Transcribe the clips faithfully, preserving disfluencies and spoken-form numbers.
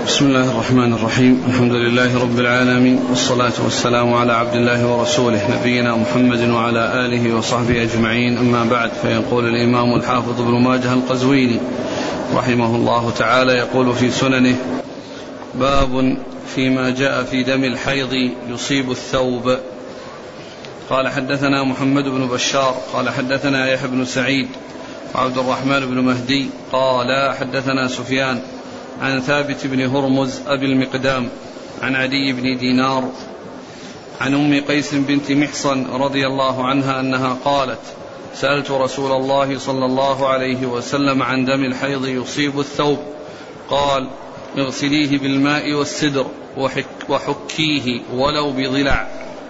بسم الله الرحمن الرحيم. الحمد لله رب العالمين، والصلاة والسلام على عبد الله ورسوله نبينا محمد وعلى آله وصحبه أجمعين. أما بعد، فيقول الإمام الحافظ ابن ماجه القزويني رحمه الله تعالى يقول في سننه: باب فيما جاء في دم الحيض يصيب الثوب. قال: حدثنا محمد بن بشار قال حدثنا يحيى بن سعيد وعبد الرحمن بن مهدي قال حدثنا سفيان عن ثابت بن هرمز أبي المقدام عن عدي بن دينار عن أم قيس بنت محصن رضي الله عنها أنها قالت: سألت رسول الله صلى الله عليه وسلم عن دم الحيض يصيب الثوب، قال: اغسليه بالماء والسدر وحك وحكيه ولو بضلع.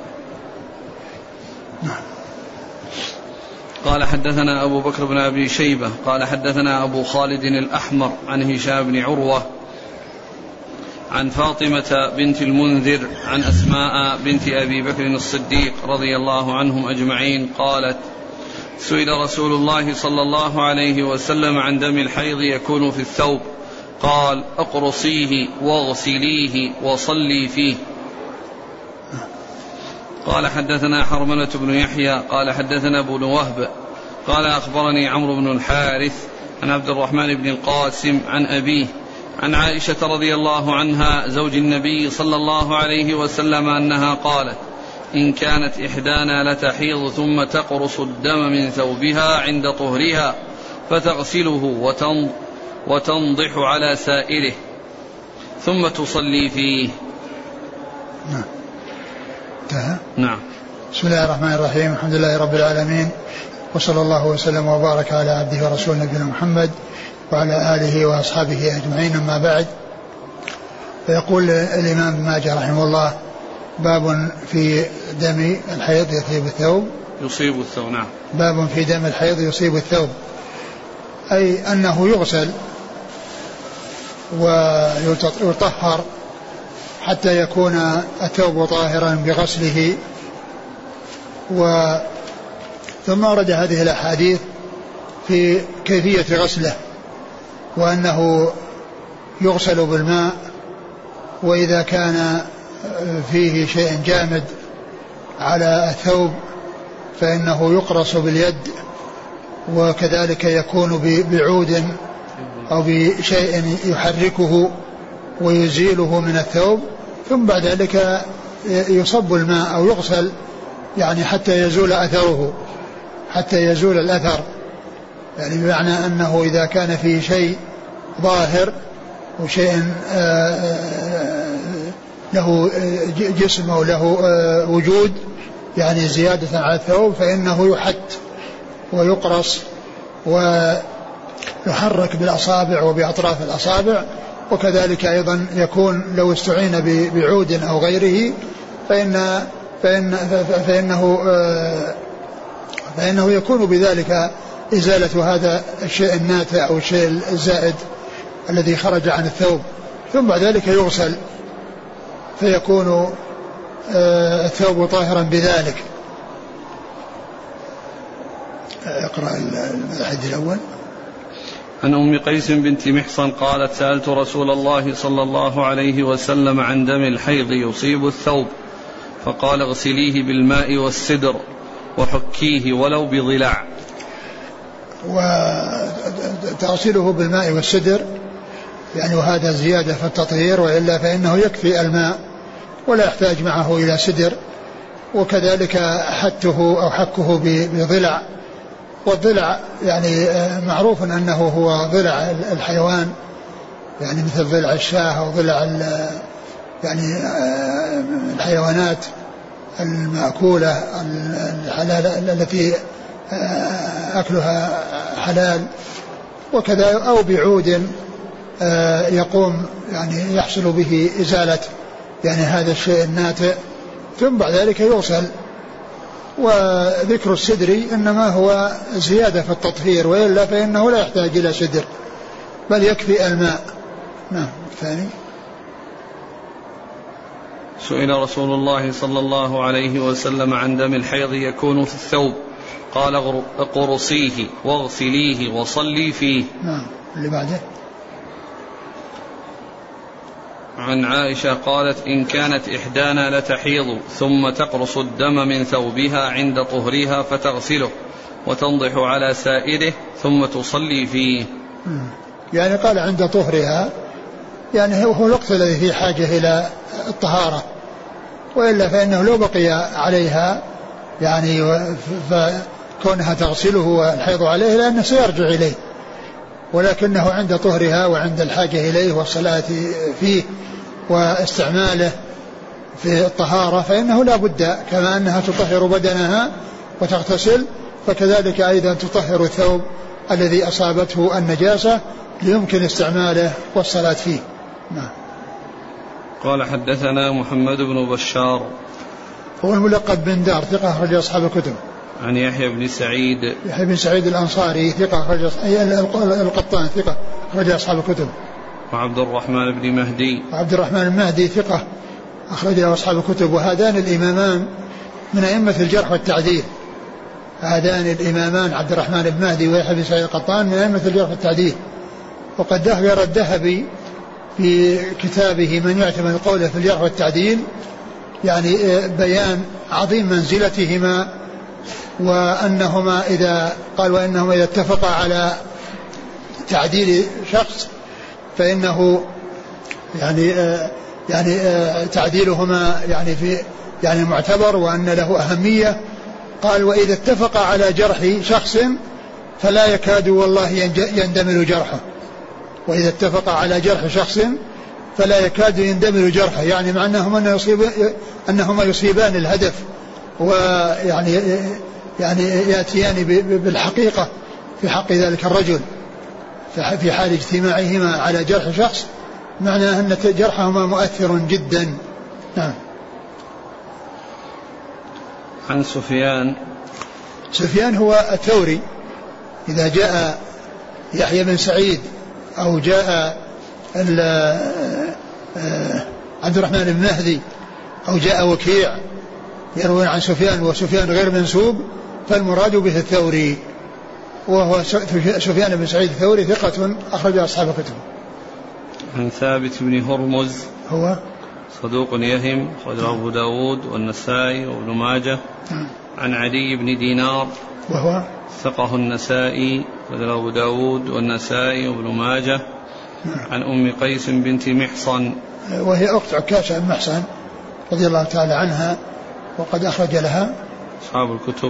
قال: حدثنا أبو بكر بن أبي شيبة قال حدثنا أبو خالد الأحمر عن هشام بن عروة عن فاطمة بنت المنذر عن أسماء بنت أبي بكر الصديق رضي الله عنهم أجمعين قالت: سئل رسول الله صلى الله عليه وسلم عن دم الحيض يكون في الثوب، قال: اقرصيه واغسليه وصلي فيه. قال: حدثنا حرملة بن يحيى قال حدثنا ابن وهب قال أخبرني عمرو بن الحارث عن عبد الرحمن بن القاسم عن أبيه عن عائشة رضي الله عنها زوج النبي صلى الله عليه وسلم أنها قالت: إن كانت إحدانا لتحيض ثم تقرص الدم من ثوبها عند طهرها فتغسله وتنضح على سائره ثم تصلي فيه. نعم. نعم. بسم الله الرحمن الرحيم. الحمد لله رب العالمين، وصلى الله وسلم وبارك على عبده ورسوله نبينا محمد وعلى آله وأصحابه أجمعين. أما بعد، فيقول الإمام ابن ماجه رحمه الله: باب في دم الحيض يصيب الثوب يصيب الثوب. نعم. باب في دم الحيض يصيب الثوب، أي أنه يغسل ويطهر حتى يكون الثوب طاهرا بغسله. و ثم ورد هذه الأحاديث في كيفية غسله، وأنه يغسل بالماء، وإذا كان فيه شيء جامد على الثوب فإنه يقرص باليد، وكذلك يكون بعود أو بشيء يحركه ويزيله من الثوب، ثم بعد ذلك يصب الماء أو يغسل، يعني حتى يزول أثره، حتى يزول الأثر، يعني بمعنى أنه إذا كان فيه شيء ظاهر وشيء له جسم أو له وجود، يعني زيادة على الثوب، فإنه يحت ويقرص ويحرك بالأصابع وبأطراف الأصابع. وكذلك أيضا يكون لو استعين بعود أو غيره فإن فإن فإنه فإنه يكون بذلك إزالة هذا الشيء الناتع أو الشيء الزائد الذي خرج عن الثوب، ثم بعد ذلك يغسل فيكون الثوب طاهرا بذلك. اقرأ الحديث الأول. عن أم قيس بنت محصن قالت: سألت رسول الله صلى الله عليه وسلم عن دم الحيض يصيب الثوب، فقال: اغسليه بالماء والسدر وحكيه ولو بضلع. وتغسله بالماء والسدر، يعني وهذا زيادة في التطهير، وإلا فإنه يكفي الماء ولا يحتاج معه إلى سدر. وكذلك حته أو حكه بضلع، والضلع يعني معروف أنه هو ضلع الحيوان، يعني مثل ضلع الشاة أو ضلع يعني الحيوانات المأكولة الحلال التي أكلها حلال، وكذا أو بعود يقوم يعني يحصل به إزالة يعني هذا الشيء الناتئ، ثم بعد ذلك يغسل. وذكر السدر إنما هو زيادة في التطهير، وإلا فإنه لا يحتاج إلى سدر بل يكفي الماء. نعم. الثاني: سئل رسول الله صلى الله عليه وسلم عن دم الحيض يكون في الثوب، قال: اقرصيه واغسليه وصلي فيه. نعم. اللي بعده: عن عائشة قالت إن كانت إحدانا لتحيض ثم تقرص الدم من ثوبها عند طهرها فتغسله وتنضح على سائره ثم تصلي فيه. يعني قال عند طهرها، يعني هو الوقت الذي فيه حاجة إلى الطهارة، وإلا فإنه لو بقي عليها يعني فكونها تغسله والحيض عليه لأنه سيرجع إليه، ولكنه عند طهرها وعند الحاجة إليه والصلاة فيه واستعماله في الطهارة فإنه لا بد كما أنها تطهر بدنها وتغتسل فكذلك أيضا تطهر الثوب الذي أصابته النجاسة ليمكن استعماله والصلاة فيه. نعم. قال حدثنا محمد بن بشار هو الملقب بن دار ثقة أخرج أصحاب الكتب. عن يحيى بن سعيد يحيى بن سعيد الأنصاري ثقة أخرج القطان ثقة أخرج أصحاب الكتب. وعبد الرحمن بن مهدي وعبد الرحمن المهدي ثقة أخرج أصحاب الكتب. وهذان الإمامان من أئمة الجرح والتعديل، هذان الإمامان عبد الرحمن بن مهدي ويحيى بن سعيد القطان من أئمة الجرح والتعديل. وقد ذكر الذهبي في كتابه من يعتمد قوله في الجرح والتعديل يعني بيان عظيم منزلتهما، وأنهما إذا قال وإنهما إذا اتفقا على تعديل شخص فإنه يعني يعني تعديلهما يعني في يعني معتبر وأن له أهمية. قال وإذا اتفقا على جرح شخص فلا يكاد والله يندمل جرحه، وإذا اتفقا على جرح شخص فلا يكاد يندمل جرحه، يعني معناهما أنه يصيب أنهما يصيبان الهدف ويعني يعني يأتيان بالحقيقة في حق ذلك الرجل في حال اجتماعهما على جرح شخص، معناه أن جرحهما مؤثر جدا. نعم. عن سفيان سفيان هو الثوري. إذا جاء يحيى بن سعيد أو جاء عبد الرحمن بن مهدي أو جاء وكيع يروي عن سفيان وسفيان غير منسوب فالمراد به الثوري، وهو سفيان بن سعيد الثوري ثقة أخرج أصحاب الكتب. عن ثابت بن هرمز هو صدوق يهم أخرجه أبو داود والنسائي وابن ماجه. عن علي بن دينار وهو ثقه النسائي أخرجه أبو داود والنسائي وابن ماجه. عن أم قيس بنت محصن وهي أخت عكاشة بن محصن رضي الله تعالى عنها وقد أخرج لها أصحاب الكتب.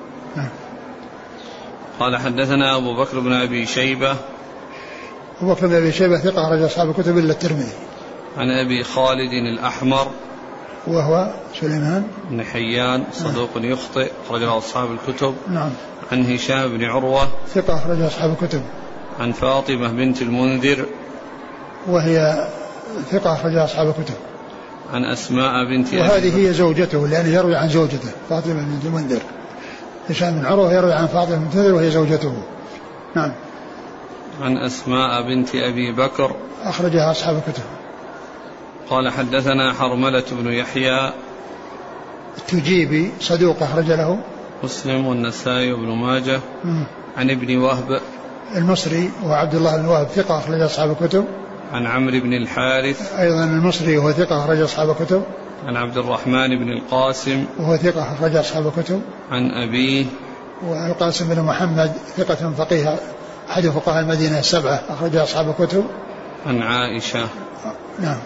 قال حدثنا أبو بكر بن أبي شيبة أبو بكر بن أبي شيبة ثقة أخرج أصحاب الكتب إلا الترمذي. عن أبي خالد الأحمر وهو سليمان بن حيان صدوق يخطئ أخرجه أصحاب الكتب. نعم. عن هشام بن عروة ثقة أخرج أصحاب الكتب. عن فاطمة بنت المنذر وهي ثقة أخرج أصحاب الكتب. عن أسماء بنت وهذه هي زوجته لأنه يروي عن زوجته فاطمة بنت المنذر. هشام بن عروة يروي عن فاطمة بنت المنذر وهي زوجته. نعم. عن أسماء بنت أبي بكر أخرجها أصحاب الكتب. قال حدثنا حرملة بن يحيى التجيبي صدوق أخرج له مسلم والنسائي وابن ماجه. عن ابن وهب المصري وعبد الله بن وهب ثقة أخرج أصحاب الكتب. عن عمرو بن الحارث أيضا المصري وهو ثقة أخرج أصحاب الكتب. عن عبد الرحمن بن القاسم وهو ثقة أخرج أصحاب الكتب. عن أبيه والقاسم بن محمد ثقة فقيه أحد فقهاء المدينة السبعة أخرج أصحاب الكتب. عن عائشة. نعم.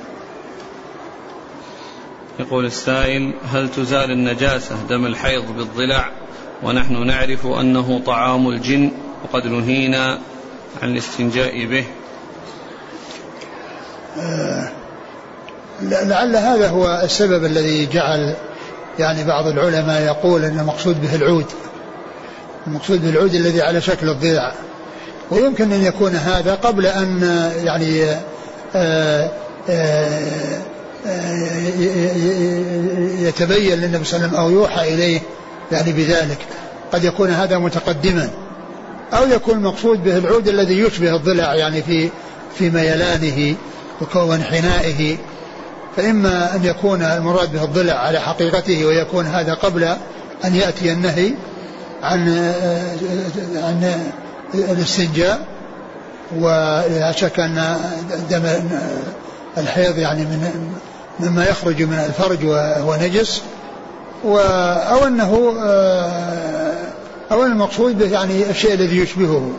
يقول السائل هل تزال النجاسة دم الحيض بالضلع ونحن نعرف أنه طعام الجن وقد نهينا عن الاستنجاء به؟ آه لعل هذا هو السبب الذي جعل يعني بعض العلماء يقول أن المقصود به العود، المقصود به العود الذي على شكل الضلع، ويمكن أن يكون هذا قبل أن يعني آه آه يتبين للنبي صلى الله عليه وسلم أو يوحى إليه يعني بذلك، قد يكون هذا متقدما، أو يكون المقصود به العود الذي يشبه الضلع يعني في في ميلانه وانحنائه، فإما أن يكون المراد به الضلع على حقيقته ويكون هذا قبل أن يأتي النهي عن عن الاستنجاء، ولا شك أن دم الحيض يعني من مما يخرج من الفرج وهو نجس، أو أنه أو المقصود به يعني الشيء الذي يشبهه.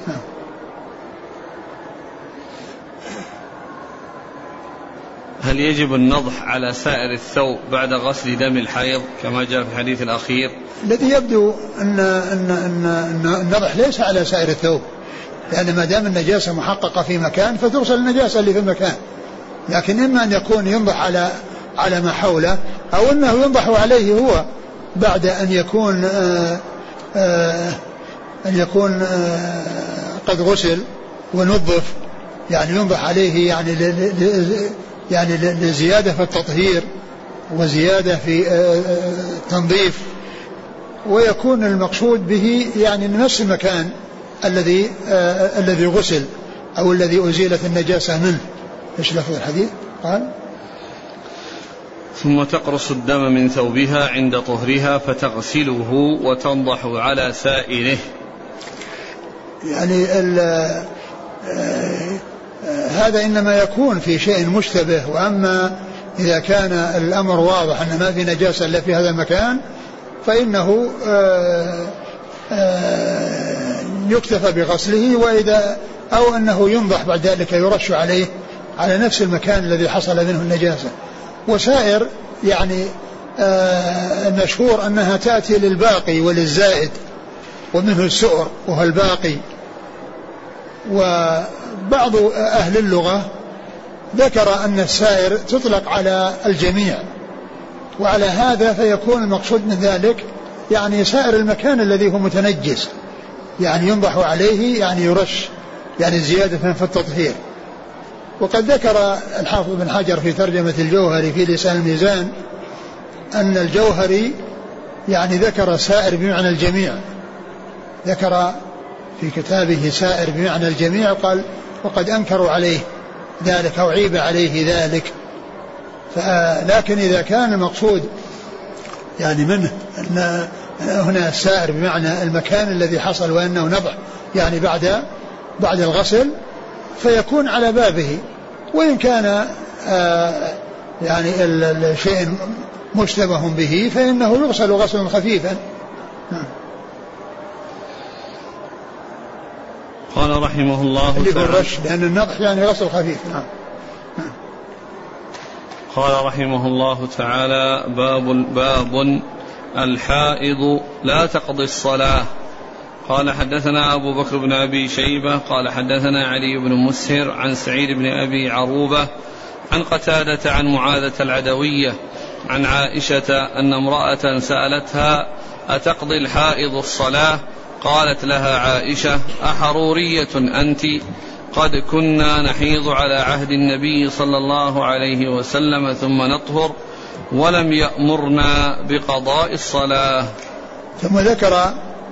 هل يجب النضح على سائر الثوب بعد غسل دم الحيض كما جاء في الحديث الأخير؟ الذي يبدو أن, أن, أن النضح ليس على سائر الثوب، لأن ما دام النجاسة محققة في مكان فترسل النجاسة اللي في المكان، لكن إما أن يكون ينضح على على ما حوله، أو أنه ينضح عليه هو بعد أن يكون آآ آآ أن يكون آآ قد غسل ونظف، يعني ينضح عليه يعني ل يعني لزيادة في التطهير وزيادة في التنظيف، ويكون المقصود به يعني نفس المكان الذي الذي غسل أو الذي أزيلت النجاسة منه. إيش لفظ الحديث؟ قال: ثم تقرص الدم من ثوبها عند طهرها فتغسله وتنضح على سائره. يعني هذا إنما يكون في شيء مشتبه، وأما إذا كان الأمر واضح أن ما في نجاسة إلا في هذا المكان فإنه يكتفى بغسله، وإذا أو أنه ينضح بعد ذلك يرش عليه على نفس المكان الذي حصل منه النجاسة. وسائر يعني المشهور أنها تأتي للباقي وللزائد، ومنه السؤر وهو الباقي. وبعض أهل اللغة ذكر أن السائر تطلق على الجميع، وعلى هذا فيكون المقصود من ذلك يعني سائر المكان الذي هو متنجس، يعني ينضح عليه يعني يرش، يعني زيادة في التطهير. وقد ذكر الحافظ بن حجر في ترجمة الجوهري في لسان الميزان أن الجوهري يعني ذكر سائر بمعنى الجميع، ذكر في كتابه سائر بمعنى الجميع، قال: وقد أنكروا عليه ذلك أو عيب عليه ذلك. لكن إذا كان المقصود يعني منه أن هنا السائر بمعنى المكان الذي حصل وأنه نضح يعني بعد بعد الغسل فيكون على بابه، وإن كان آه يعني الشيء مشتبه به فإنه يغسل غسلا خفيفا. قال رحمه الله اللي بالرش، لأن النضح يعني غسل خفيف. نعم. قال رحمه الله تعالى: باب باب الحائض لا تقضي الصلاة. قال: حدثنا أبو بكر بن أبي شيبة قال حدثنا علي بن مسهر عن سعيد بن أبي عروبة عن قتادة عن معاذة العدوية عن عائشة أن امرأة سألتها: أتقضي الحائض الصلاة؟ قالت لها عائشة: أحرورية أنت؟ قد كنا نحيض على عهد النبي صلى الله عليه وسلم ثم نطهر ولم يأمرنا بقضاء الصلاة. ثم ذكر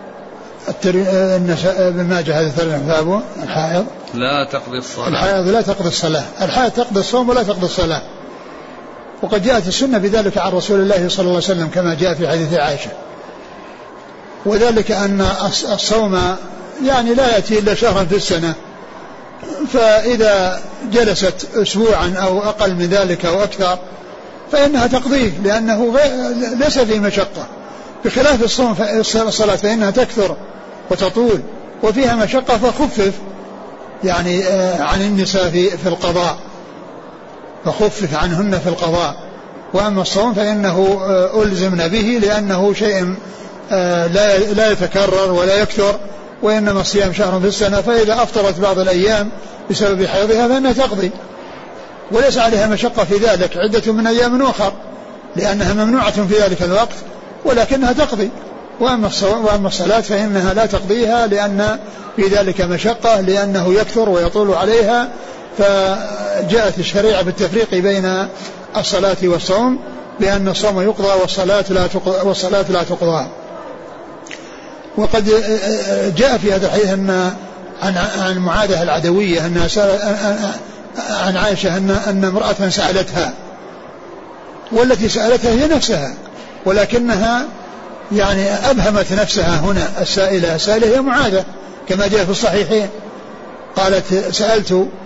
النساء ابن ماجه هذا الثلاثة: الحائض لا تقضي الصلاة، الحائض لا تقضي الصلاة، الحائض تقضي الصوم ولا تقضي الصلاة. وقد جاءت السنة بذلك عن رسول الله صلى الله عليه وسلم كما جاء في حديث عائشة، وذلك أن الصوم يعني لا يأتي إلا شهرا في السنة، فإذا جلست أسبوعا أو أقل من ذلك أو أكثر فإنها تقضيه، لأنه ليس فيه مشقة، بخلاف الصوم الصلاة فإنها تكثر وتطول وفيها مشقة، فخفف يعني عن النساء في القضاء، فخفف عنهن في القضاء. وأما الصوم فإنه ألزمن به لأنه شيء لا يتكرر ولا يكثر، وإنما الصيام شهر في السنة، فإذا أفطرت بعض الأيام بسبب حيضها فإنها تقضي، وليس عليها مشقة في ذلك عدة من أيام أخر لأنها ممنوعة في ذلك الوقت، ولكنها تقضي. وأما الصلاة فإنها لا تقضيها لأن في ذلك مشقة، لأنه يكثر ويطول عليها، فجاءت الشريعة بالتفريق بين الصلاة والصوم، بأن الصوم يقضى والصلاة لا تقضى, والصلاة لا تقضى. وقد جاء في هذا الحديث أن عن عن معاذة العدوية أن عن عائشة أن أن امرأة سألتها، والتي سألتها هي نفسها، ولكنها يعني أبهمت نفسها هنا. السائلة السائلة هي معاذة كما جاء في الصحيحين، قالت: سألت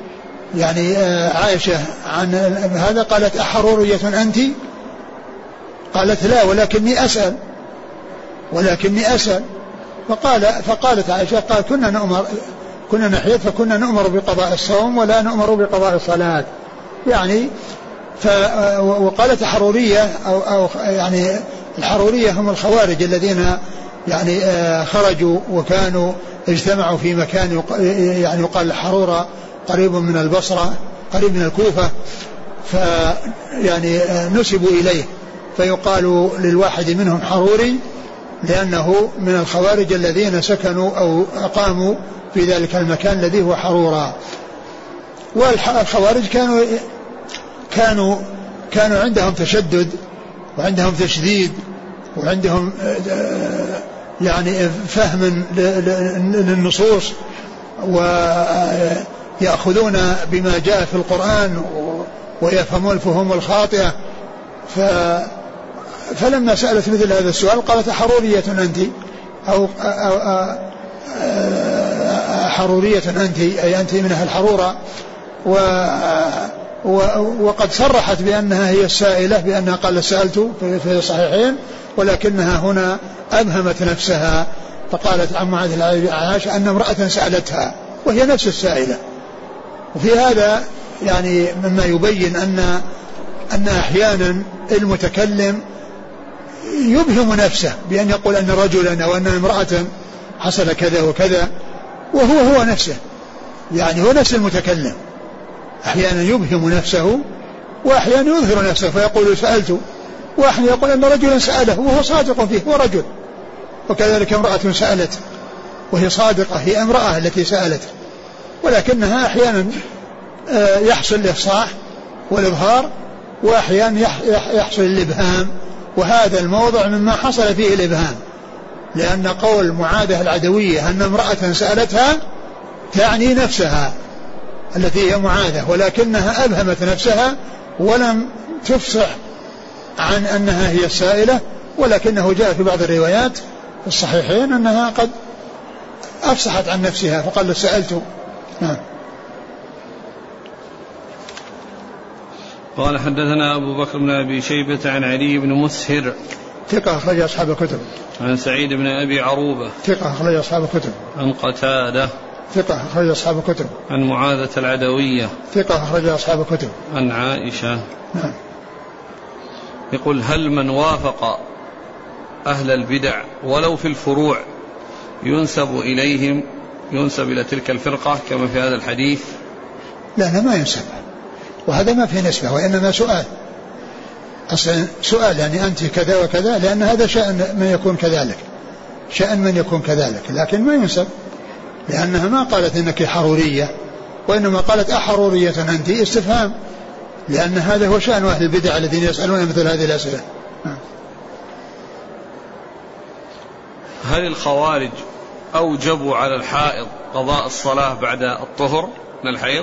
يعني عائشة عن هذا قالت أحرورية أنت؟ قالت لا ولكني أسأل ولكني أسأل فقال فقالت عائشة قال كنا نؤمر كنا نحيض فكنا نؤمر بقضاء الصوم ولا نؤمر بقضاء الصلاة يعني ف وقالت حرورية أو, أو يعني الحرورية هم الخوارج الذين يعني خرجوا وكانوا اجتمعوا في مكان يعني يقال حرورة قريب من البصرة قريب من الكوفة فيعني نسبوا إليه فيقال للواحد منهم حروري لأنه من الخوارج الذين سكنوا أو أقاموا في ذلك المكان الذي هو حرورة. والخوارج كانوا كانوا كانوا عندهم تشدد وعندهم تشديد وعندهم يعني فهم للنصوص ويأخذون بما جاء في القرآن ويفهمون الفهوم الخاطئة. ف فلما سألت مثل هذا السؤال قالت حرورية أنت أو, أو, أو حرورية أنت أي أنت من أهل الحرورة و وقد صرحت بأنها هي السائلة بأنها قال سألت في الصحيحين ولكنها هنا أبهمت نفسها فقالت عن معاذ العاش أن امرأة سألتها وهي نفس السائلة. وفي هذا يعني مما يبين أن أن أحيانا المتكلم يبهم نفسه بأن يقول أن رجلا أو أن امرأة حصل كذا وكذا وهو هو نفسه يعني هو نفس المتكلم أحيانا يبهم نفسه وأحيانا يظهر نفسه فيقول سألت وأحيانا يقول أن رجلا سأله وهو صادق فيه هو رجل وكذلك امرأة سألت وهي صادقة هي امرأة التي سألت ولكنها أحيانا يحصل الإفصاح والإظهار وأحيانا يحصل الإبهام وهذا الموضع مما حصل فيه الإبهام لأن قول معاذة العدوية أن امرأة سألتها تعني نفسها التي هي معاذة ولكنها أبهمت نفسها ولم تفصح عن أنها هي السائلة ولكنه جاء في بعض الروايات في الصحيحين أنها قد أفصحت عن نفسها فقال سألت. نعم. قال حدثنا أبو بكر بن أبي شيبة عن علي بن مسهر ثقة أخرج أصحاب الكتب. عن سعيد بن أبي عروبة ثقة أخرج أصحاب الكتب. عن قتادة ثقة أخرج أصحاب الكتب. عن معاذة العدوية ثقة أخرج أصحاب الكتب. عن عائشة. نعم. يقول هل من وافق أهل البدع ولو في الفروع ينسب إليهم ينسب إلى تلك الفرقة كما في هذا الحديث؟ لا ما ينسب وهذا ما في نسبة وإنما سؤال أصلا سؤال يعني أنت كذا وكذا لأن هذا شأن من يكون كذلك شأن من يكون كذلك لكن ما ينسب لأنها ما قالت إنك حرورية وإنما قالت أحرورية أنت استفهام لأن هذا هو شأن أهل البدع الذين يسألون مثل هذه الأسئلة. هل الخوارج أوجبوا على الحائض قضاء الصلاة بعد الطهر من الحيض؟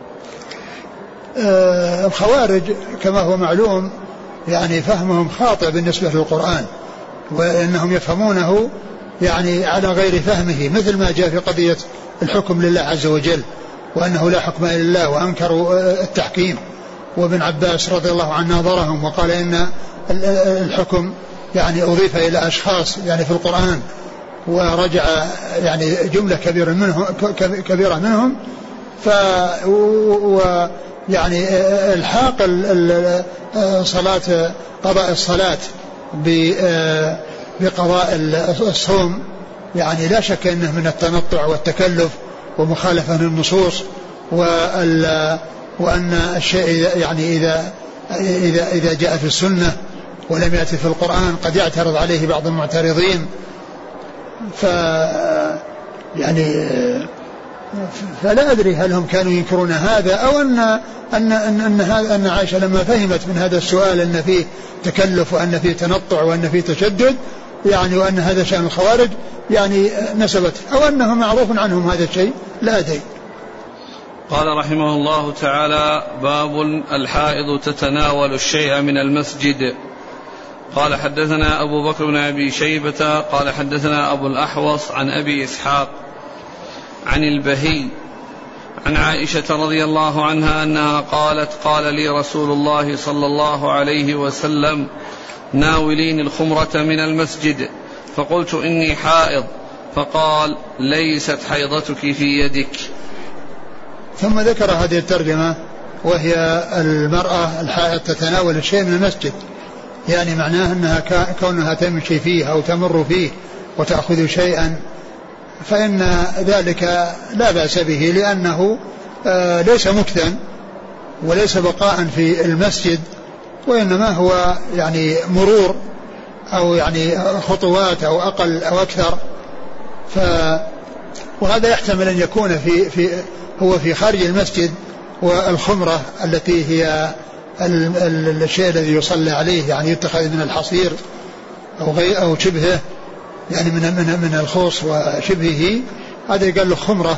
آه الخوارج كما هو معلوم يعني فهمهم خاطئ بالنسبة للقرآن وإنهم يفهمونه يعني على غير فهمه مثل ما جاء في قضية الحكم لله عز وجل وأنه لا حكم إلا الله وأنكروا التحكيم وابن عباس رضي الله عنه ناظرهم وقال إن الحكم يعني أضيف إلى أشخاص يعني في القرآن ورجع يعني جملة كبيرة منهم كبيرة منهم ف يعني الحاق صلاة قضاء الصلاة بقضاء الصوم يعني لا شك أنه من التنطع والتكلف ومخالفة للنصوص وأن الشيء يعني إذا إذا إذا جاء في السنة ولم يأتي في القرآن قد يعترض عليه بعض المعترضين ف يعني فلا أدري هل هم كانوا ينكرون هذا أو أن أن أن أن, أن عائشة لما فهمت من هذا السؤال أن فيه تكلف وأن فيه تنطع وأن فيه تشدد يعني وأن هذا شأن الخوارج يعني نسبت أو أنه معروف عنهم هذا الشيء لا أدري. قال رحمه الله تعالى باب الحائض تتناول الشيء من المسجد. قال حدثنا أبو بكر بن أبي شيبة قال حدثنا أبو الأحوص عن أبي إسحاق عن البهي عن عائشة رضي الله عنها أنها قالت قال لي رسول الله صلى الله عليه وسلم ناوليني الخمرة من المسجد فقلت إني حائض فقال ليست حيضتك في يدك. ثم ذكر هذه الترجمة وهي المرأة الحائض تتناول الشيء من المسجد، يعني معناه أنها كونها تمشي فيه أو تمر فيه وتأخذ شيئا فإن ذلك لا بأس به، لأنه ليس مكثا وليس بقاء في المسجد، وإنما هو يعني مرور أو يعني خطوات أو أقل أو أكثر. ف وهذا يحتمل أن يكون في في هو في خارج المسجد، والخمرة التي هي الشيء الذي يصلى عليه يعني يتخذ من الحصير أو غير أو شبهه، يعني من من من الخوص وشبهه، هذا يقال له خمرة،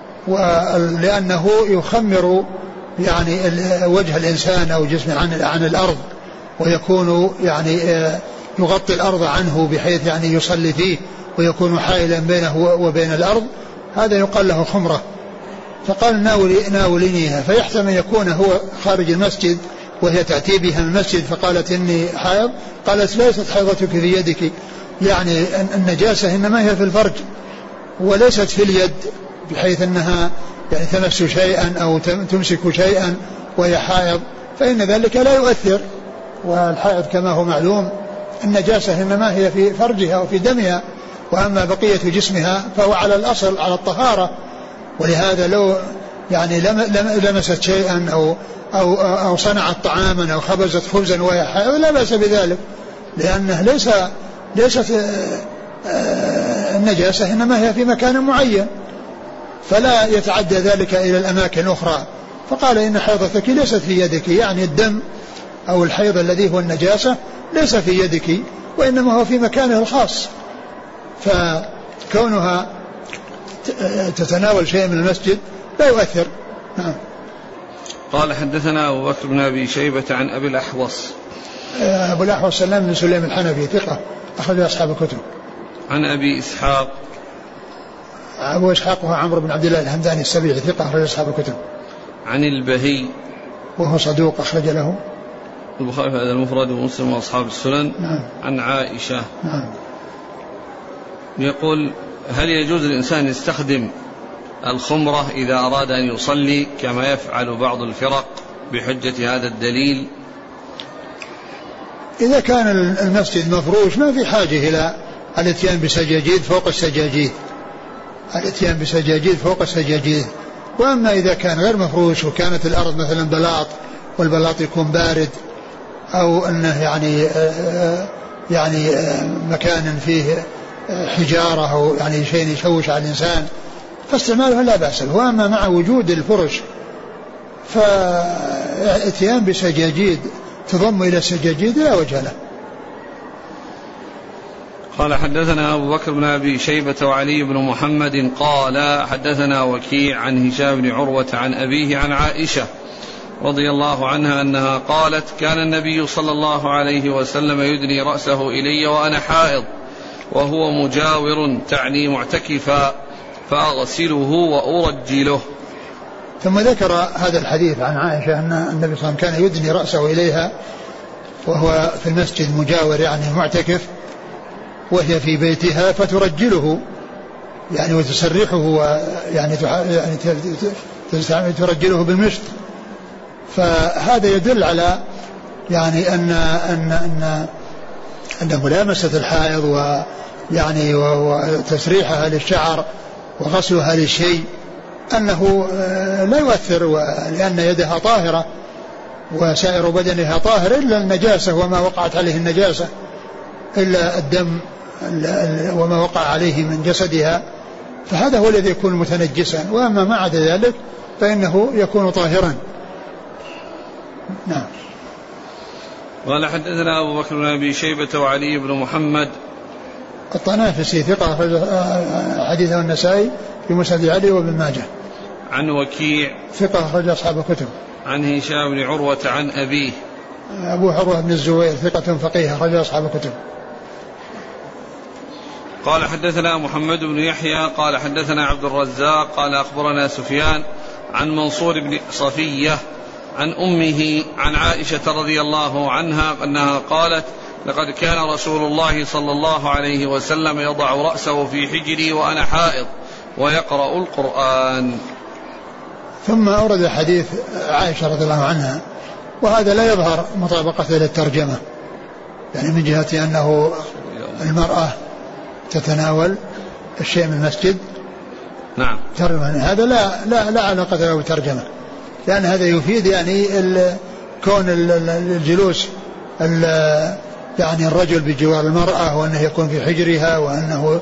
ولأنه يخمر يعني وجه الإنسان أو جسمه عن عن الأرض، ويكون يعني يغطي الأرض عنه بحيث يعني يصلي فيه ويكون حائلا بينه وبين الأرض، هذا يقال له خمرة. فقال ناولي ناولينيها، فيحتمل يكون هو خارج المسجد وهي تأتي بها من المسجد فقالت إني حائض، قالت ليست حيضتك في يدك، يعني النجاسة إنما هي في الفرج وليست في اليد، بحيث أنها يعني تمس شيئا أو تمسك شيئا وهي حائض، فإن ذلك لا يؤثر. والحائض كما هو معلوم النجاسة إنما هي في فرجها وفي دمها، وأما بقية جسمها فهو على الأصل على الطهارة. ولهذا لو يعني لمست شيئا أو, أو, أو صنعت طعاما أو خبزت خبزا وهي حائض لا بأس بذلك، لأنه ليس ليست النجاسة إنما هي في مكان معين، فلا يتعدى ذلك إلى الأماكن الأخرى. فقال إن حيضتك ليست في يدك، يعني الدم أو الحيض الذي هو النجاسة ليس في يدك وإنما هو في مكانه الخاص، فكونها تتناول شيء من المسجد لا يؤثر. نعم. قال حدثنا أبو بكر بن أبي شيبة عن أبي الأحوص. أبو الأحوص سلام بن سليم الحنفي ثقة أخرج أصحاب الكتب. عن أبي إسحاق. أبو إسحاق هو عمرو بن عبد الله الهمداني السبيعي ثقة أخرج أصحاب الكتب. عن البهي وهو صدوق أخرج له البخاري في هذا المفرد ومسلم وأصحاب السنن. نعم. عن عائشة. نعم. يقول هل يجوز الإنسان يستخدم الخمرة إذا أراد أن يصلي كما يفعل بعض الفرق بحجة هذا الدليل؟ إذا كان المسجد مفروش ما في حاجة إلى الاتيان بسجاجيد فوق السجاجيد، الاتيان بسجاجيد فوق السجاجيد. وأما إذا كان غير مفروش وكانت الأرض مثلا بلاط والبلاط يكون بارد أو أنه يعني يعني مكان فيه حجارة أو يعني شيء يشوش على الإنسان فاستعماله لا بأس به. وأما مع وجود الفرش فاتيان بسجاجيد تضم إلى السجاجيد لا وجه له. قال حدثنا أبو بكر بن أبي شيبة وعلي بن محمد قال حدثنا وكيع عن هشام بن عروة عن أبيه عن عائشة رضي الله عنها أنها قالت كان النبي صلى الله عليه وسلم يدني رأسه إلي وأنا حائض وهو مجاور تعني معتكفا فأغسله وأرجله. ثم ذكر هذا الحديث عن عائشة أن النبي صلى الله عليه وسلم كان يدني رأسه إليها وهو في المسجد مجاور يعني معتكف، وهي في بيتها فترجله يعني وتسرحه ويعني يعني ترجله بالمشط. فهذا يدل على يعني أن أن أن أن ملامسة الحائض ويعني وتسريحها للشعر وغسلها للشيء أنه لا يؤثر، لأن يدها طاهرة وسائر بدنها طاهر إلا النجاسة وما وقعت عليه النجاسة، إلا الدم وما وقع عليه من جسدها، فهذا هو الذي يكون متنجسا، وأما ما عدا ذلك فإنه يكون طاهرا. نعم. قال حدثنا أبو بكر بن أبي شيبة وعلي بن محمد الطنافسي ثقة حديثه النسائي في مسند علي وابن ماجه. عن وكيع ثقة أخرج أصحاب الكتب. عن هشام بن عروة عن أبيه أبو عروة بن الزبير ثقة فقيه أخرج أصحاب الكتب. قال حدثنا محمد بن يحيى قال حدثنا عبد الرزاق قال أخبرنا سفيان عن منصور بن صفية عن أمه عن عائشة رضي الله عنها أنها قالت لقد كان رسول الله صلى الله عليه وسلم يضع رأسه في حجري وأنا حائض ويقرأ القرآن. ثم أورد حديث عائشة رضي الله عنها، وهذا لا يظهر مطابقته للترجمة، يعني من جهة أنه المرأة تتناول الشيء من المسجد. نعم. ترجمة هذا لا لا لا علاقة له بالترجمة، لأن هذا يفيد يعني كون الجلوس يعني الرجل بجوار المرأة، وأنه يكون في حجرها، وأنه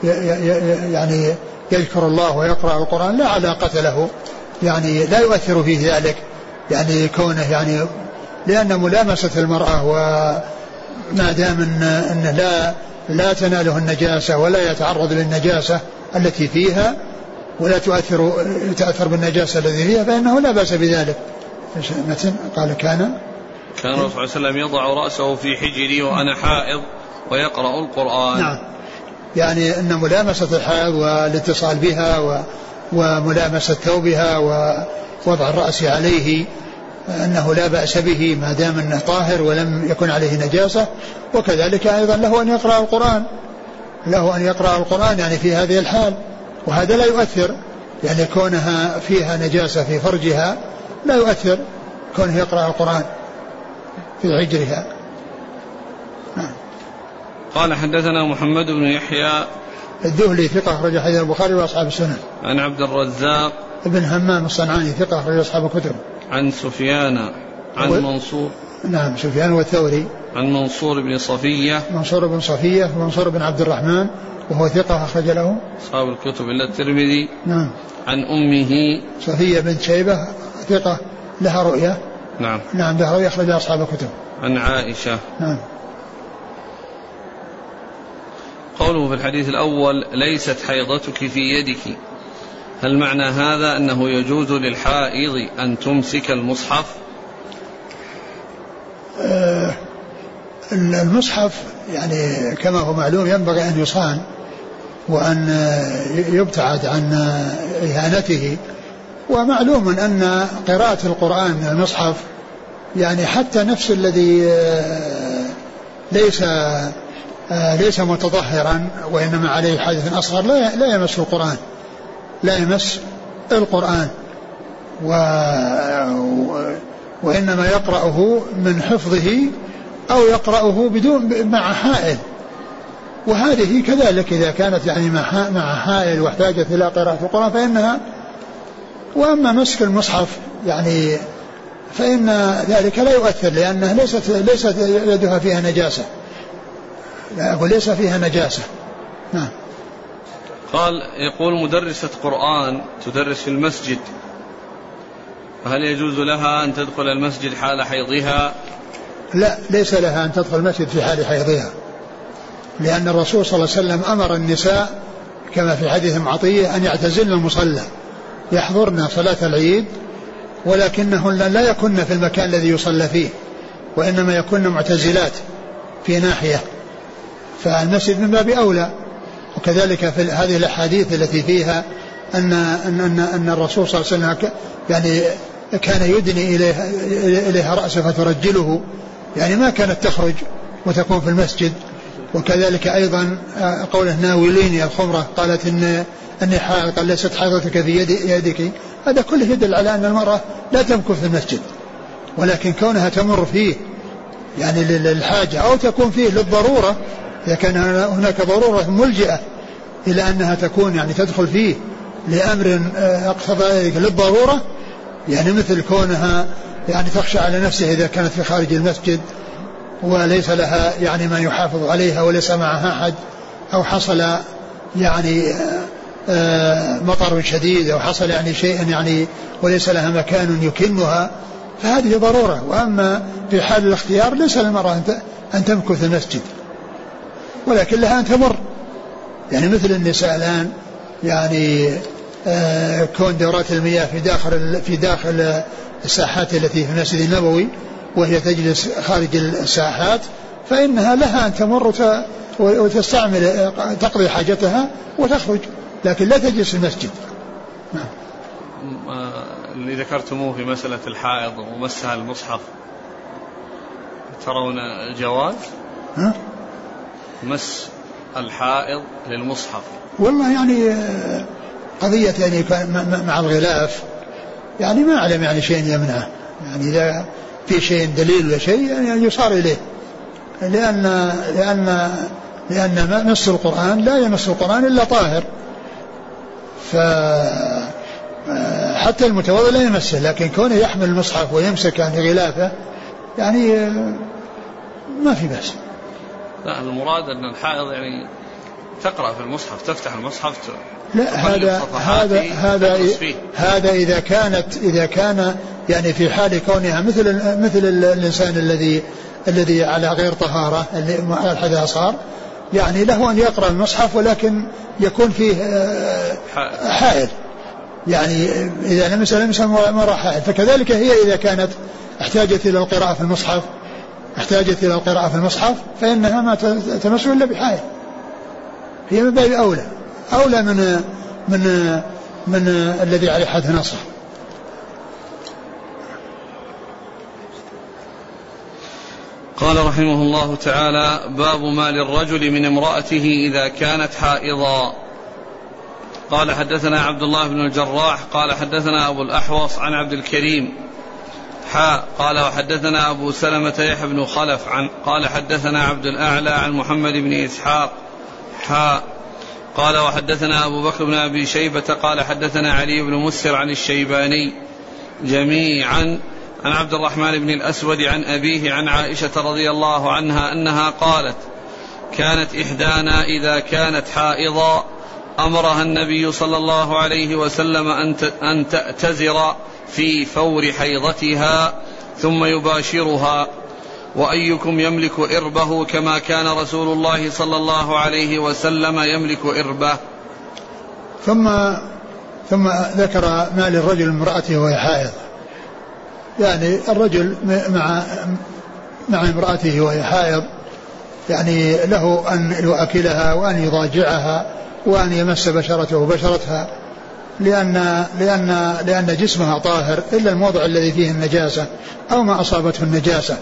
يعني يذكر الله ويقرأ القرآن، لا علاقة له، يعني لا يؤثر فيه ذلك، يعني كونه يعني لأن ملامسة المرأة وما دام أنه لا لا تناله النجاسة ولا يتعرض للنجاسة التي فيها ولا تؤثر تأثر بالنجاسة التي فيها فإنه لا بأس بذلك. مثلا قال كان كان الرسول صلى الله عليه وسلم يضع رأسه في حجري وأنا حائض ويقرأ القرآن. نعم، يعني أن ملامسة الحائض والاتصال بها و وملامسة ثوبها ووضع الرأس عليه أنه لا بأس به ما دام أنه طاهر ولم يكن عليه نجاسة. وكذلك أيضا له أن يقرأ القرآن، له أن يقرأ القرآن يعني في هذه الحال، وهذا لا يؤثر، يعني كونها فيها نجاسة في فرجها لا يؤثر كونه يقرأ القرآن في حجرها. نعم. قال حدثنا محمد بن يحيى الذهلي ثقة أخرج حديث البخاري وأصحاب السنن. عن عبد الرزاق ابن همام الصنعاني ثقة أخرج أصحاب الكتب. عن سفيان عن و... منصور. نعم، سفيان والثوري. عن منصور بن صفية. منصور بن صفية منصور بن عبد الرحمن وهو ثقة أخرج له أصحاب الكتب إلا الترمذي. نعم. عن أمه صفية بنت شيبة ثقة لها رؤية. نعم. نعم لها رؤية أخرج أصحاب الكتب. عن عائشة. نعم. قوله في الحديث الأول ليست حيضتك في يدك، هل معنى هذا أنه يجوز للحائض أن تمسك المصحف؟ آه المصحف يعني كما هو معلوم ينبغي أن يصان وأن يبتعد عن إهانته، ومعلوم أن قراءة القرآن من المصحف يعني حتى نفس الذي ليس ليس متطهرا وإنما عليه حدث أصغر لا لا يمس القرآن لا يمس القرآن و وإنما يقرأه من حفظه أو يقرأه بدون مع حائل، وهذه كذلك إذا كانت يعني مع حائل واحتاجت إلى قراءة القرآن فإنها. وأما مسك المصحف يعني فإن ذلك لا يؤثر لأنها ليست ليست يدها فيها نجاسة، لا أقول ليس فيها نجاسة. نعم. قال يقول مدرسة قرآن تدرس في المسجد، فهل يجوز لها أن تدخل المسجد حال حيضها؟ لا، ليس لها أن تدخل المسجد في حال حيضها، لأن الرسول صلى الله عليه وسلم أمر النساء كما في حديث عطية أن يعتزلن المصلى، يحضرن صلاة العيد ولكنهن لا يكن في المكان الذي يصلى فيه، وإنما يكن معتزلات في ناحية، فالمسجد من باب أولى. وكذلك في هذه الأحاديث التي فيها أن, أن, أن, أن الرسول صلى الله عليه وسلم يعني كان يدني إليها, إليها رأسه فترجله، يعني ما كانت تخرج وتكون في المسجد. وكذلك أيضا قوله ناوليني الخمرة، قالت إن أني حائض، قال ليست حائضتك في يدك. هذا كله يدل على أن المرأة لا تمكث في المسجد، ولكن كونها تمر فيه يعني للحاجة أو تكون فيه للضرورة، إذا كان هناك ضرورة ملجئة إلى أنها تكون يعني تدخل فيه لأمر اقتضى ذلك للضرورة، يعني مثل كونها يعني تخشى على نفسها إذا كانت في خارج المسجد وليس لها يعني ما يحافظ عليها وليس معها أحد، أو حصل يعني مطر شديد أو حصل يعني شيء يعني وليس لها مكان يكنها، فهذه ضرورة. وأما في حال الاختيار ليس للمرأة أن تمكث المسجد، ولكن لها أن تمر، يعني مثل النساء الآن يعني آه كون دورات المياه في داخل في داخل الساحات التي في المسجد النبوي وهي تجلس خارج الساحات، فإنها لها أن تمر وتستعمل تقضي حاجتها وتخرج، لكن لا تجلس في المسجد. اللي ذكرتموه في مسألة الحائض ومسها المصحف ترون جواز ها؟ مس الحائض للمصحف؟ والله يعني قضية يعني مع الغلاف يعني ما أعلم يعني شيء يمنعه، يعني إذا في شيء دليل ولا شيء يعني يصار إليه، لأن لأن لأن مس القرآن لا يمس القرآن إلا طاهر، فحتى المتوضئ لا يمسه، لكن كونه يحمل المصحف ويمسك يعني غلافه يعني ما في بأس. لا المراد أن الحائض يعني تقرأ في المصحف، تفتح المصحف لا هذا هذا هذا هذا إذا كانت إذا كان يعني في حال كونها مثل مثل الإنسان الذي الذي على غير طهارة اللي على الحدث صار، يعني له أن يقرأ المصحف ولكن يكون فيه حائل، يعني إذا لمس لمس مرة حائل. فكذلك هي إذا كانت احتاجت إلى القراءة في المصحف احتاجت إلى القراءة في المصحف فإنها ما تمس إلا بحائل، هي من باب أولى أولى من من من الذي عليه حد نصه. قال رحمه الله تعالى: باب ما للرجل من امرأته إذا كانت حائضا. قال حدثنا عبد الله بن الجراح قال حدثنا أبو الأحوص عن عبد الكريم حاء قال وحدثنا أبو سلمة يحيى بن خلف عن قال حدثنا عبد الأعلى عن محمد بن إسحاق حاء قال وحدثنا أبو بكر بن أبي شيبة قال حدثنا علي بن مسر عن الشيباني جميعا عن عبد الرحمن بن الأسود عن أبيه عن عائشة رضي الله عنها أنها قالت: كانت إحدانا إذا كانت حائضا أمرها النبي صلى الله عليه وسلم أن تأتزر في فور حيضتها ثم يباشرها، وأيكم يملك إربه كما كان رسول الله صلى الله عليه وسلم يملك إربه. ثم ثم ذكر ما للرجل امرأته وهي حائض، يعني الرجل مع مع امرأته وهي حائض يعني له أن يؤكلها وأن يضاجعها وأن يمس بشرته بشرتها، لأن لأن لأن جسمها طاهر إلا الموضع الذي فيه النجاسة أو ما أصابته النجاسة،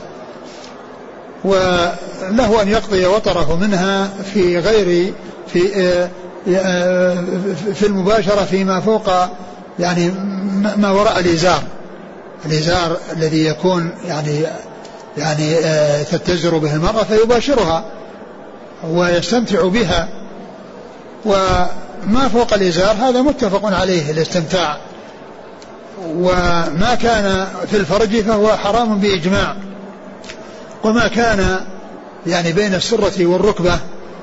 وله أن يقضي وطره منها في غير في في المباشرة فيما فوق يعني ما وراء الإزار، الإزار الذي يكون يعني يعني تتزر به المرأة فيباشرها ويستمتع بها، وما فوق الإزار هذا متفق عليه الاستمتاع، وما كان في الفرج فهو حرام بإجماع، وما كان يعني بين السرة والركبة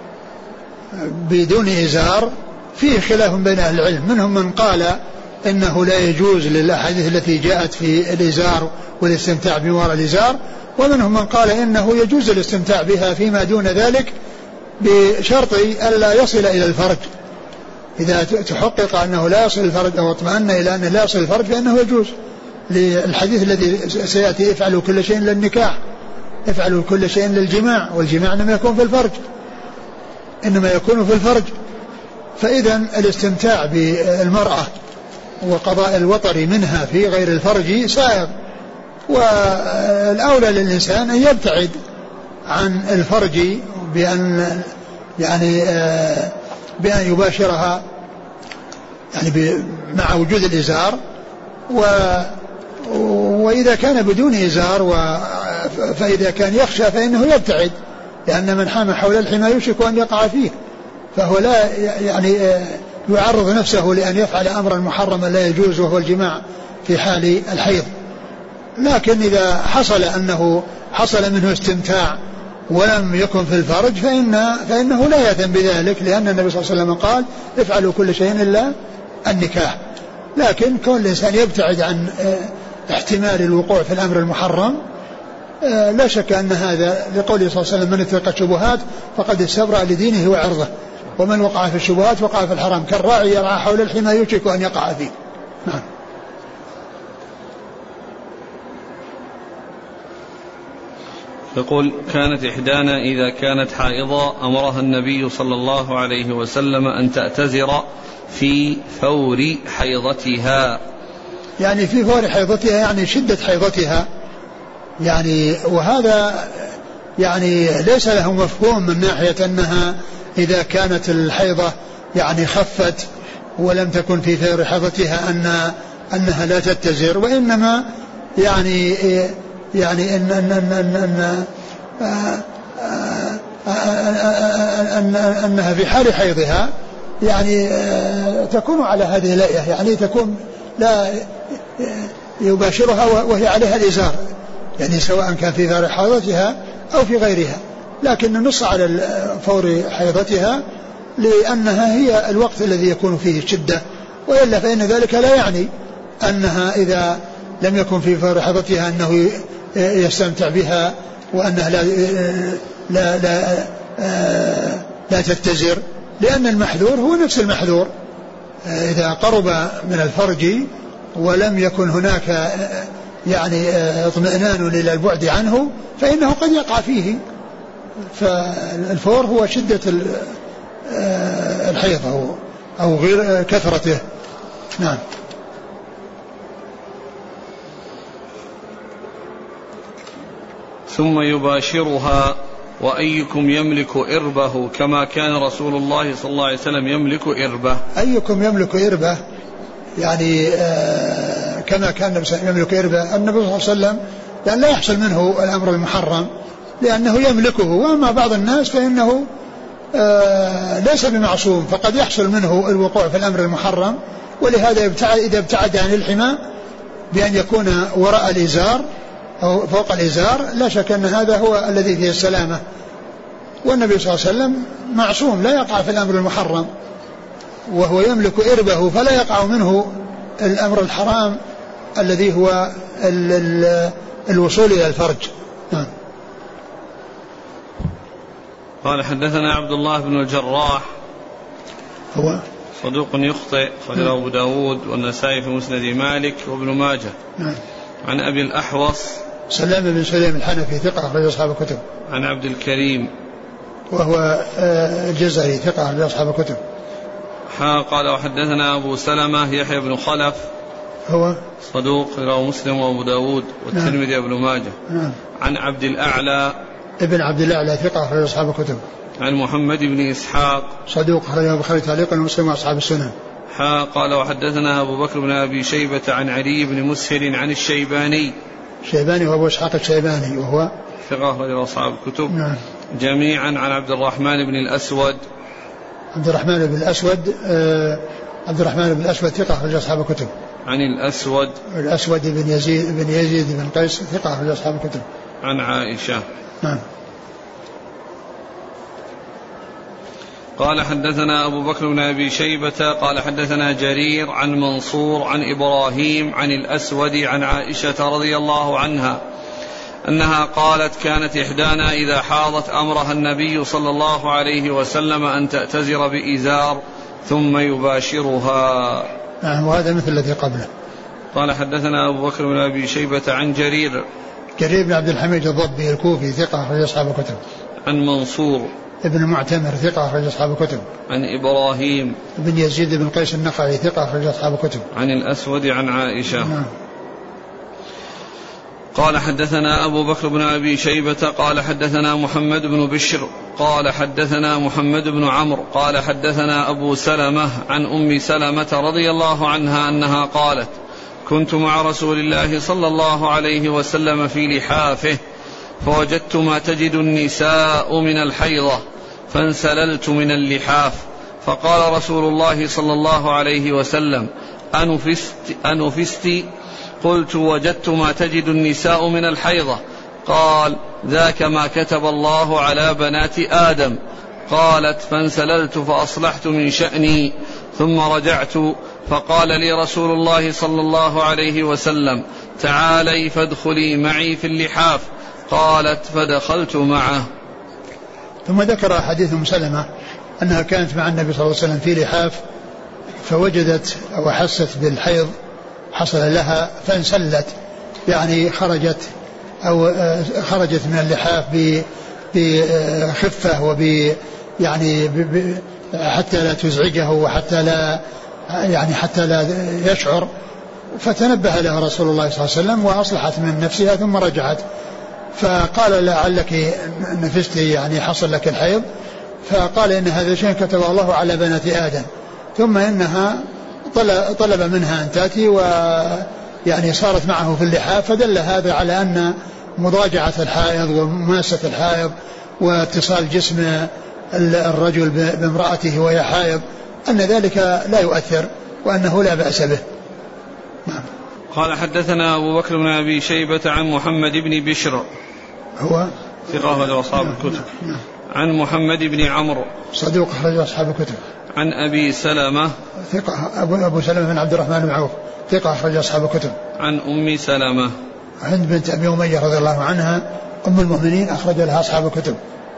بدون إزار فيه خلاف بين أهل العلم، منهم من قال إنه لا يجوز للأحاديث التي جاءت في الإزار والاستمتاع بوراء الإزار، ومنهم من قال إنه يجوز الاستمتاع بها فيما دون ذلك بشرط ألا يصل إلى الفرج، إذا تحقق أنه لا يصل الفرج أو اطمأن إلى أنه لا يصل الفرج فإنه يجوز، للحديث الذي سيأتي: افعلوا كل شيء للنكاح، افعلوا كل شيء للجماع، والجماع إنما يكون في الفرج إنما يكون في الفرج فإذا الاستمتاع بالمرأة وقضاء الوطر منها في غير الفرج سائغ، والأولى للإنسان أن يبتعد عن الفرج بأن يعني بأن يباشرها يعني مع وجود الإزار، و وإذا كان بدون إزار فإذا كان يخشى فإنه يبتعد، لأن من حام حول الحمى يوشك أن يقع فيه، فهو لا يعني يعرض نفسه لأن يفعل أمرا محرما لا يجوز وهو الجماع في حال الحيض. لكن إذا حصل أنه حصل منه استمتاع ولم يكن في الفرج فإن فإنه لا يأثم بذلك، لأن النبي صلى الله عليه وسلم قال: افعلوا كل شيء إلا النكاح. لكن كون الإنسان يبتعد عن احتمال الوقوع في الأمر المحرم لا شك أن هذا لقوله صلى الله عليه وسلم: من اتقى الشبهات فقد استبرأ لدينه وعرضه، ومن وقع في الشبهات وقع في الحرام، كالراعي يرعى حول الحمى يوشك أن يقع فيه. نعم. يقول: كانت إحدانا إذا كانت حائضة أمرها النبي صلى الله عليه وسلم أن تأتزر في فور حيضتها يعني في فور حيضتها يعني شدة حيضتها يعني، وهذا يعني ليس له مفهوم من ناحية أنها إذا كانت الحيضة يعني خفت ولم تكن في فور حيضتها أن أنها لا تتزر، وإنما يعني يعني أن أن أن أن أن أنها في حال حيضها يعني تكون على هذه الهيئة، يعني تكون لا يباشرها وهي عليها الإزار، يعني سواء كان في فور حيضتها أو في غيرها، لكن النص على فور حيضتها لأنها هي الوقت الذي يكون فيه الشدة، وإلا فإن ذلك لا يعني أنها إذا لم يكن في فور حيضتها أنه يستمتع بها وأنها لا لا لا, لا تتزر، لأن المحذور هو نفس المحذور، إذا قرب من الفرج ولم يكن هناك يعني اطمئنان إلى البعد عنه فإنه قد يقع فيه. فالفور هو شدة الحيض أو, أو غير كثرته. نعم. ثم يباشرها وأيكم يملك إربه كما كان رسول الله صلى الله عليه وسلم يملك إربه. أيكم يملك إربه يعني آه كما كان النبي يملك إربه. النبي صلى الله عليه وسلم يعني لا يحصل منه الأمر المحرم لأنه يملكه، وأما بعض الناس فإنه آه ليس بمعصوم، فقد يحصل منه الوقوع في الأمر المحرم، ولهذا يبتعد إذا ابتعد عن الحمى بأن يكون وراء الإزار أو فوق الإزار لا شك أن هذا هو الذي فيه السلامة، والنبي صلى الله عليه وسلم معصوم لا يقع في الأمر المحرم، وهو يملك إربه فلا يقع منه الأمر الحرام الذي هو ال ال الوصول إلى الفرج. نعم. قال حدثنا عبد الله بن الجراح هو صدوق يخطئ، خرجه أبو داود والنسائي في مسند مالك وابن ماجه. نعم. عن أبي الأحوص سلام بن سليم الحنفي ثقة أخرج أصحاب الكتب. عن عبد الكريم وهو الجزري ثقة أخرج أصحاب الكتب. قال وحدثنا أبو سلمة يحيى بن خلف هو صدوق رواه مسلم وأبو داود والترمذي وابن ماجه. نعم. عن عبد الأعلى ابن عبد الأعلى ثقة أخرج أصحاب الكتب. عن محمد بن إسحاق صدوق أخرجه البخاري تعليقا ومسلم وأصحاب السنن. قال وحدثنا أبو بكر بن أبي شيبة عن علي بن مسهر عن الشيباني الشيباني وأبو إسحاق الشيباني وهو ثقة أخرج أصحاب الكتب. نعم. جميعا عن عبد الرحمن بن الأسود عبد الرحمن بن الأسود آه عبد الرحمن بن الأسود ثقة أخرج أصحاب الكتب. عن الأسود الأسود بن يزيد بن يزيد بن قيس ثقة أخرج أصحاب الكتب. عن عائشة. نعم. قال حدثنا أبو بكر بن أبي شيبة قال حدثنا جرير عن منصور عن إبراهيم عن الأسود عن عائشة رضي الله عنها أنها قالت كانت إحدانا إذا حاضت أمرها النبي صلى الله عليه وسلم أن تأتزر بإزار ثم يباشرها. نعم. وهذا مثل الذي قبله. قال حدثنا أبو بكر بن أبي شيبة عن جرير جرير بن عبد الحميد الضبي الكوفي ثقة أخرج أصحاب الكتب. عن منصور ابن معتمر ثقة أخرج أصحاب الكتب. عن إبراهيم بن يزيد بن قيس النخعي ثقة أخرج أصحاب الكتب. عن الأسود عن عائشة. نعم. قال حدثنا أبو بكر بن أبي شيبة قال حدثنا محمد بن بشر قال حدثنا محمد بن عمرو قال حدثنا أبو سلمة عن أم سلمة رضي الله عنها أنها قالت كنت مع رسول الله صلى الله عليه وسلم في لحافه فوجدت ما تجد النساء من الحيضة فانسللت من اللحاف فقال رسول الله صلى الله عليه وسلم أنفست, أنفست قلت وجدت ما تجد النساء من الحيضة قال ذاك ما كتب الله على بنات آدم قالت فانسللت فأصلحت من شأني ثم رجعت فقال لي رسول الله صلى الله عليه وسلم تعالي فادخلي معي في اللحاف قالت فدخلت معه. ثم ذكر حديث أم سلمة أنها كانت مع النبي صلى الله عليه وسلم في لحاف فوجدت أو حست بالحيض حصل لها فانسلت يعني خرجت أو خرجت من اللحاف بخفة وب يعني حتى لا تزعجه وحتى لا يعني حتى لا يشعر فتنبه لها رسول الله صلى الله عليه وسلم وأصلحت من نفسها ثم رجعت، فقال لعلك نفست يعني حصل لك الحيض، فقال إن هذا شيء كتبه الله على بنات آدم، ثم إنها طلب منها أن تأتي ويعني صارت معه في اللحاف، فدل هذا على أن مضاجعة الحائض ومماسة الحائض واتصال جسم الرجل بامرأته وهي حائض أن ذلك لا يؤثر وأنه لا بأس به. قال حدثنا أبو بكر بن أبي شيبة عن محمد بن بشر هو ثقة أخرج أصحاب الكتب. عن محمد بن عمرو صدوق أخرج أصحاب الكتب. عن أبي سلمة ثقة أبو, أبو سلمة بن عبد الرحمن بن عوف ثقة أخرج أصحاب الكتب. عن أم سلمة هند بنت أبي أمية رضي الله عنها أم المؤمنين أخرج لها أصحاب الكتب.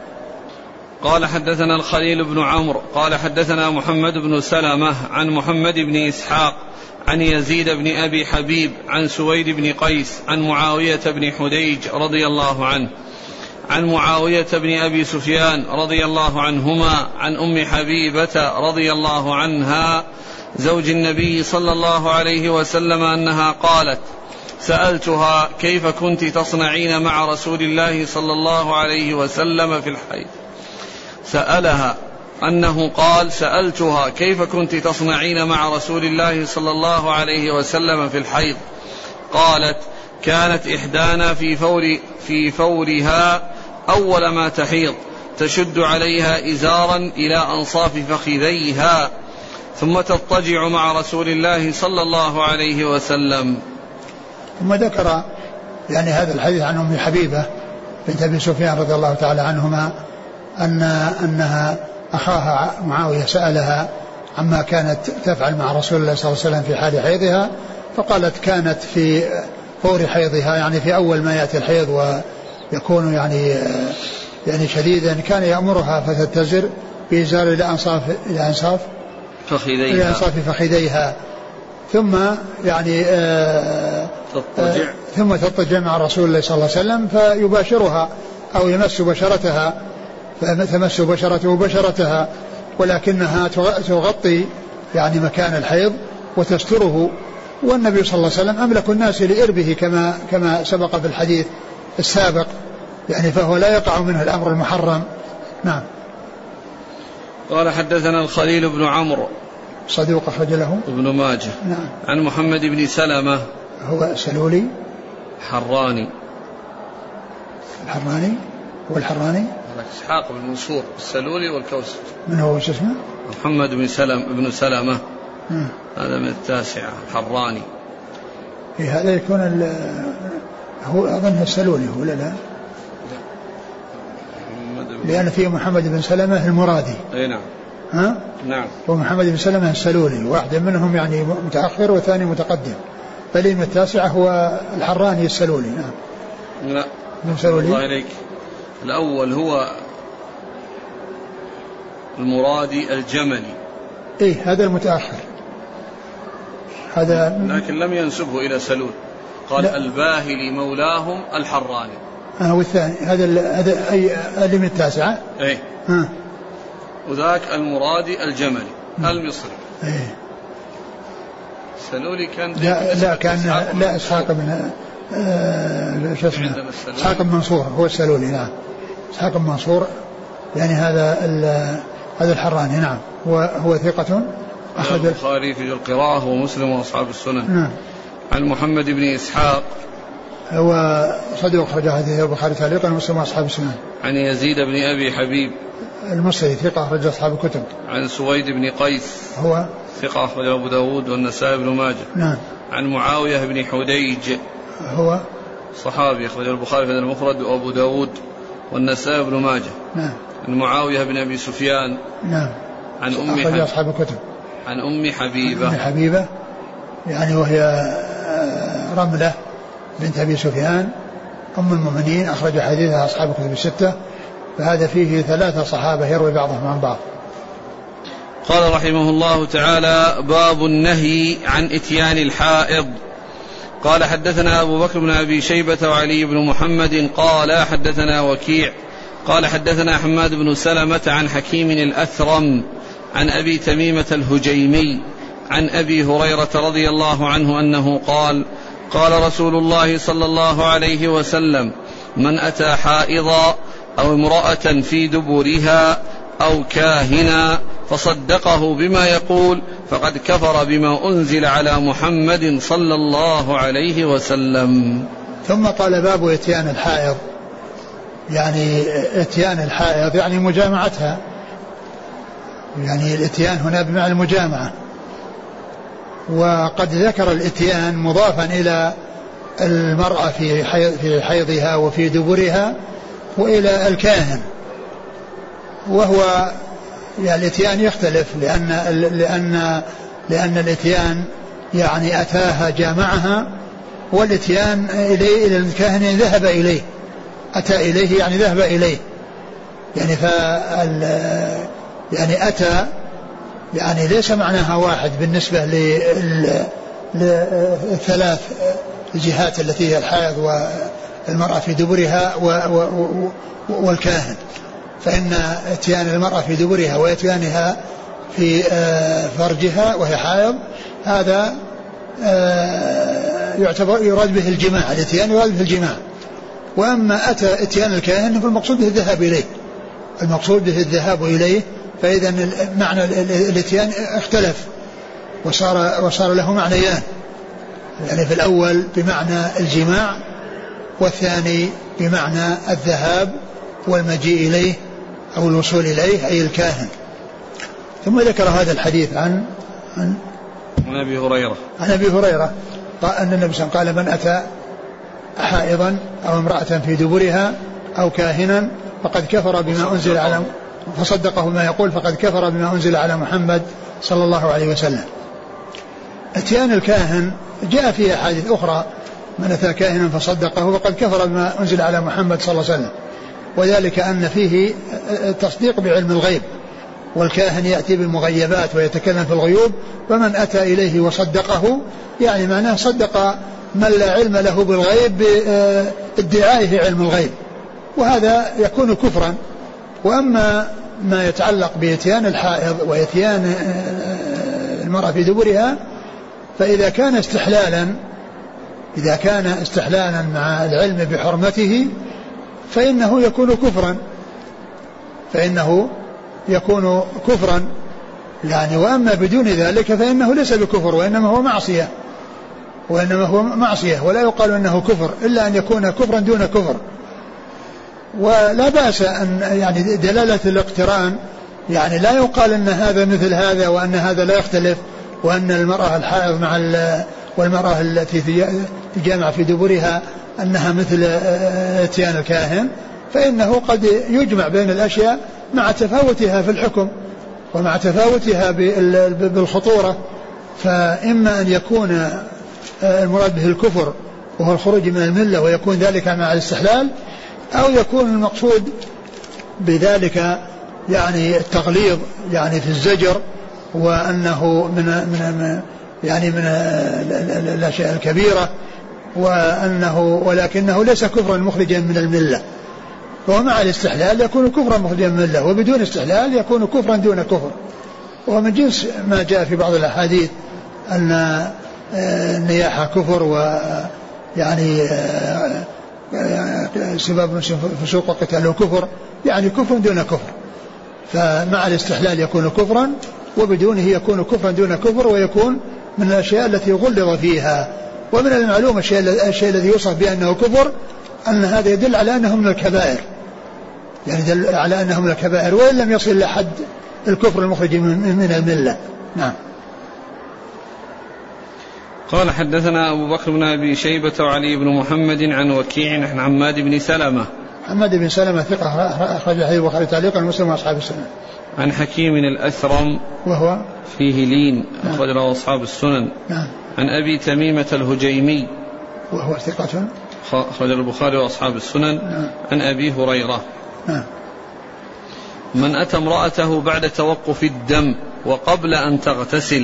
قال حدثنا الخليل بن عمرو قال حدثنا محمد بن سلمة عن محمد بن إسحاق عن يزيد بن أبي حبيب عن سويد بن قيس عن معاوية بن حديج رضي الله عنه عن معاوية بن أبي سفيان رضي الله عنهما عن أم حبيبة رضي الله عنها زوج النبي صلى الله عليه وسلم أنها قالت: سألتها كيف كنت تصنعين مع رسول الله صلى الله عليه وسلم في الحيض. سألها أنه قال: سألتها كيف كنت تصنعين مع رسول الله صلى الله عليه وسلم في الحيض. قالت: كانت إحدانا في فور في فورها أول ما تحيض تشد عليها إزارا إلى أنصاف فخذيها ثم تضطجع مع رسول الله صلى الله عليه وسلم. ثم ذكر يعني هذا الحديث عن أم حبيبة بنت أبي سفيان رضي الله تعالى عنهما أن أنها أخاها معاوية سألها عما كانت تفعل مع رسول الله صلى الله عليه وسلم في حال حيضها، فقالت كانت في فور حيضها يعني في أول ما يأتي الحيض ويكون يعني يعني شديدا كان يأمرها فتتزر بإزار إلى أنصاف إلى أنصاف فخذيها إلى أنصاف فخذيها ثم يعني آه تضطجع آه ثم تضطجع مع رسول الله صلى الله عليه وسلم فيباشرها أو يمس بشرتها فتمس بشرته بشرتها، ولكنها تغطي يعني مكان الحيض وتستره، والنبي صلى الله عليه وسلم أملك الناس لإربه كما كما سبق في الحديث السابق يعني، فهو لا يقع منه الأمر المحرم. نعم. قال حدثنا الخليل بن عمرو صدوق أخرج له ابن ماجه. نعم. عن محمد بن سلمة هو سلولي حراني الحراني هو الحراني إسحاق بن منصور السلولي والكوسج. من هو شو اسمه؟ محمد بن سلم ابن سلمة. م. هذا من التاسعة الحراني. إيه هذا يكون هو أظنه السلولي هو لا لا لأن فيه محمد بن سلمة المرادي. أي نعم. ها؟ نعم. ومحمد بن سلمة السلولي واحد منهم يعني متأخر والثاني متقدم، فلين التاسع هو الحراني السلولي. نعم. لا. السلولي. الله إليك. الأول هو المرادي الجملي. إيه هذا المتأخر هذا، لكن لم ينسبه إلى سلول، قال لا. الباهلي مولاهم الحراني. آه والثاني هذا هذا أي اللي من التاسعة. إيه. آه. وذاك المرادي الجملي م. المصري. إيه. سلولي كان لا لا كان لا إسحاق بن آه شو اسمه إسحاق بن منصور هو السلولي. نعم. إسحاق بن منصور يعني هذا هذا الحراني. نعم. هو هو ثقة أخرج البخاري في القراءة ومسلم وأصحاب السنن. نعم. عن محمد بن إسحاق هو صدوق أخرج حديث البخاري تعليقا ومسلم وأصحاب السنن. عن يزيد بن أبي حبيب المصري ثقة أخرج أصحاب الكتب. عن سويد بن قيس هو ثقة أخرج أبو داود والنسائي بن ماجه. نعم. عن معاوية بن حديج هو صحابي أخرج البخاري في المفرد وأبو داود والنسائي بن ماجه. نعم. عن معاوية بن أبي سفيان. نعم. عن أم حبيبة أصحاب الكتب. عن أم حبيبة. أم حبيبة يعني وهي رملة بنت أبي سفيان أم المؤمنين أخرج حديثها أصحاب الكتب الستة، فهذا فيه ثلاثة صحابة يروي بعضهم عن بعض. قال رحمه الله تعالى: باب النهي عن إتيان الحائض. قال حدثنا أبو بكر بن أبي شيبة وعلي بن محمد قال حدثنا وكيع قال حدثنا حماد بن سلمة عن حكيم الأثرم عن أبي تميمة الهجيمي عن أبي هريرة رضي الله عنه أنه قال قال رسول الله صلى الله عليه وسلم من أتى حائضا أو امرأة في دبرها أو كاهنا فصدقه بما يقول فقد كفر بما أنزل على محمد صلى الله عليه وسلم. ثم قال باب اتيان الحائض، يعني اتيان الحائض يعني مجامعتها، يعني الاتيان هنا بمعنى المجامعة. وقد ذكر الاتيان مضافا إلى المرأة في حيضها وفي دبرها وإلى الكاهن، وهو يعني الاتيان يختلف لأن لأن لأن الاتيان يعني أتاها جامعها، والاتيان إليه إلى الكاهن يعني ذهب إليه، أتى إليه يعني ذهب إليه، يعني فال يعني أتى يعني ليس معناها واحد بالنسبة للثلاث الجهات التي هي الحائض والمرأة في دبرها والكاهن، فإن اتيان المرأة في دبرها واتيانها في فرجها وهي حائض هذا يعتبر يراد به الجماع، الاتيان يراد به الجماع. وأما أتى اتيان الكاهن فالمقصود به الذهاب إليه، المقصود به الذهاب إليه، فإذا معنى الاتيان اختلف وصار, وصار له معنيان، يعني في الأول بمعنى الجماع، والثاني بمعنى الذهاب والمجيء إليه أو الوصول إليه أي الكاهن. ثم ذكر هذا الحديث عن عن أبي هريرة عن أبي هريرة قال أن النبي صلى الله عليه وسلم قال من أتى حائضا أو امرأة في دبرها أو كاهنا فقد كفر بما أنزل على فصدقه ما يقول فقد كفر بما أنزل على محمد صلى الله عليه وسلم. اتيان الكاهن جاء فيه أحاديث أخرى من أتى كاهنا فصدقه فقد كفر بما أنزل على محمد صلى الله عليه وسلم، وذلك أن فيه التصديق بعلم الغيب، والكاهن يأتي بالمغيبات ويتكلم في الغيوب، فمن أتى إليه وصدقه يعني معناه صدق من لا علم له بالغيب بادعائه علم الغيب، وهذا يكون كفرا. وأما ما يتعلق بإتيان الحائض وإتيان المرأة في دبرها فإذا كان استحلالا إذا كان استحلالا مع العلم بحرمته فإنه يكون كفرا فإنه يكون كفرا يعني. وأما بدون ذلك فإنه ليس بكفر وإنما هو معصية وإنما هو معصية ولا يقال أنه كفر إلا أن يكون كفرا دون كفر. ولا بأس أن يعني دلالة الاقتران يعني لا يقال أن هذا مثل هذا وأن هذا لا يختلف، وأن المرأة الحائض مع والمرأة التي تجامع في دبرها أنها مثل اتيان الكاهن، فإنه قد يجمع بين الأشياء مع تفاوتها في الحكم ومع تفاوتها بالخطورة. فإما أن يكون المراد به الكفر وهو الخروج من الملة ويكون ذلك مع الاستحلال، أو يكون المقصود بذلك يعني التغليظ يعني في الزجر، وأنه من من يعني من الأشياء الكبيرة، وأنه ولكنه ليس كفرا مخرجا من الملة، فهو مع الاستحلال يكون كفرا مخرجا من الملة، وبدون استحلال يكون كفرا دون كفر. ومن جنس ما جاء في بعض الأحاديث أن النياحة كفر، ويعني سباب فسوق وقتاله كفر، يعني كفر دون كفر. فمع الاستحلال يكون كفرا وبدونه يكون كفرا دون كفر، ويكون من الأشياء التي غلظ فيها. ومن المعلوم الشيء الذي يوصف بأنه كفر أن هذا يدل على أنه من الكبائر، يعني يدل على أنه من الكبائر وإن لم يصل لحد الكفر المخرج من الملة. نعم. قال حدثنا أبو بكر بن أبي شيبة وعلي بن محمد عن وكيع عن حماد بن سلمة. حماد بن سلمة ثقة أخرج حديث البخاري تعليقا ومسلم وأصحاب السنن. عن حكيم الأثرم وهو فيه لين أخرج له أصحاب السنن. نعم. عن أبي تميمة الهجيمي وهو ثقة أخرج البخاري وأصحاب السنن. نعم. عن أبي هريرة. نعم. من أتى امرأته بعد توقف الدم وقبل أن تغتسل.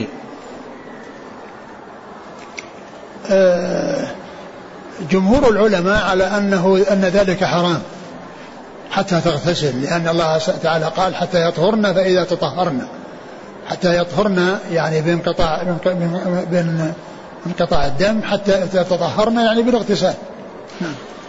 جمهور العلماء على أنه أن ذلك حرام حتى تغتسل، لأن الله تعالى قال حتى يطهرن فإذا تطهرن، حتى يطهرن يعني بانقطاع بين انقطاع الدم حتى يتطهرن يعني بالاغتسال. نعم.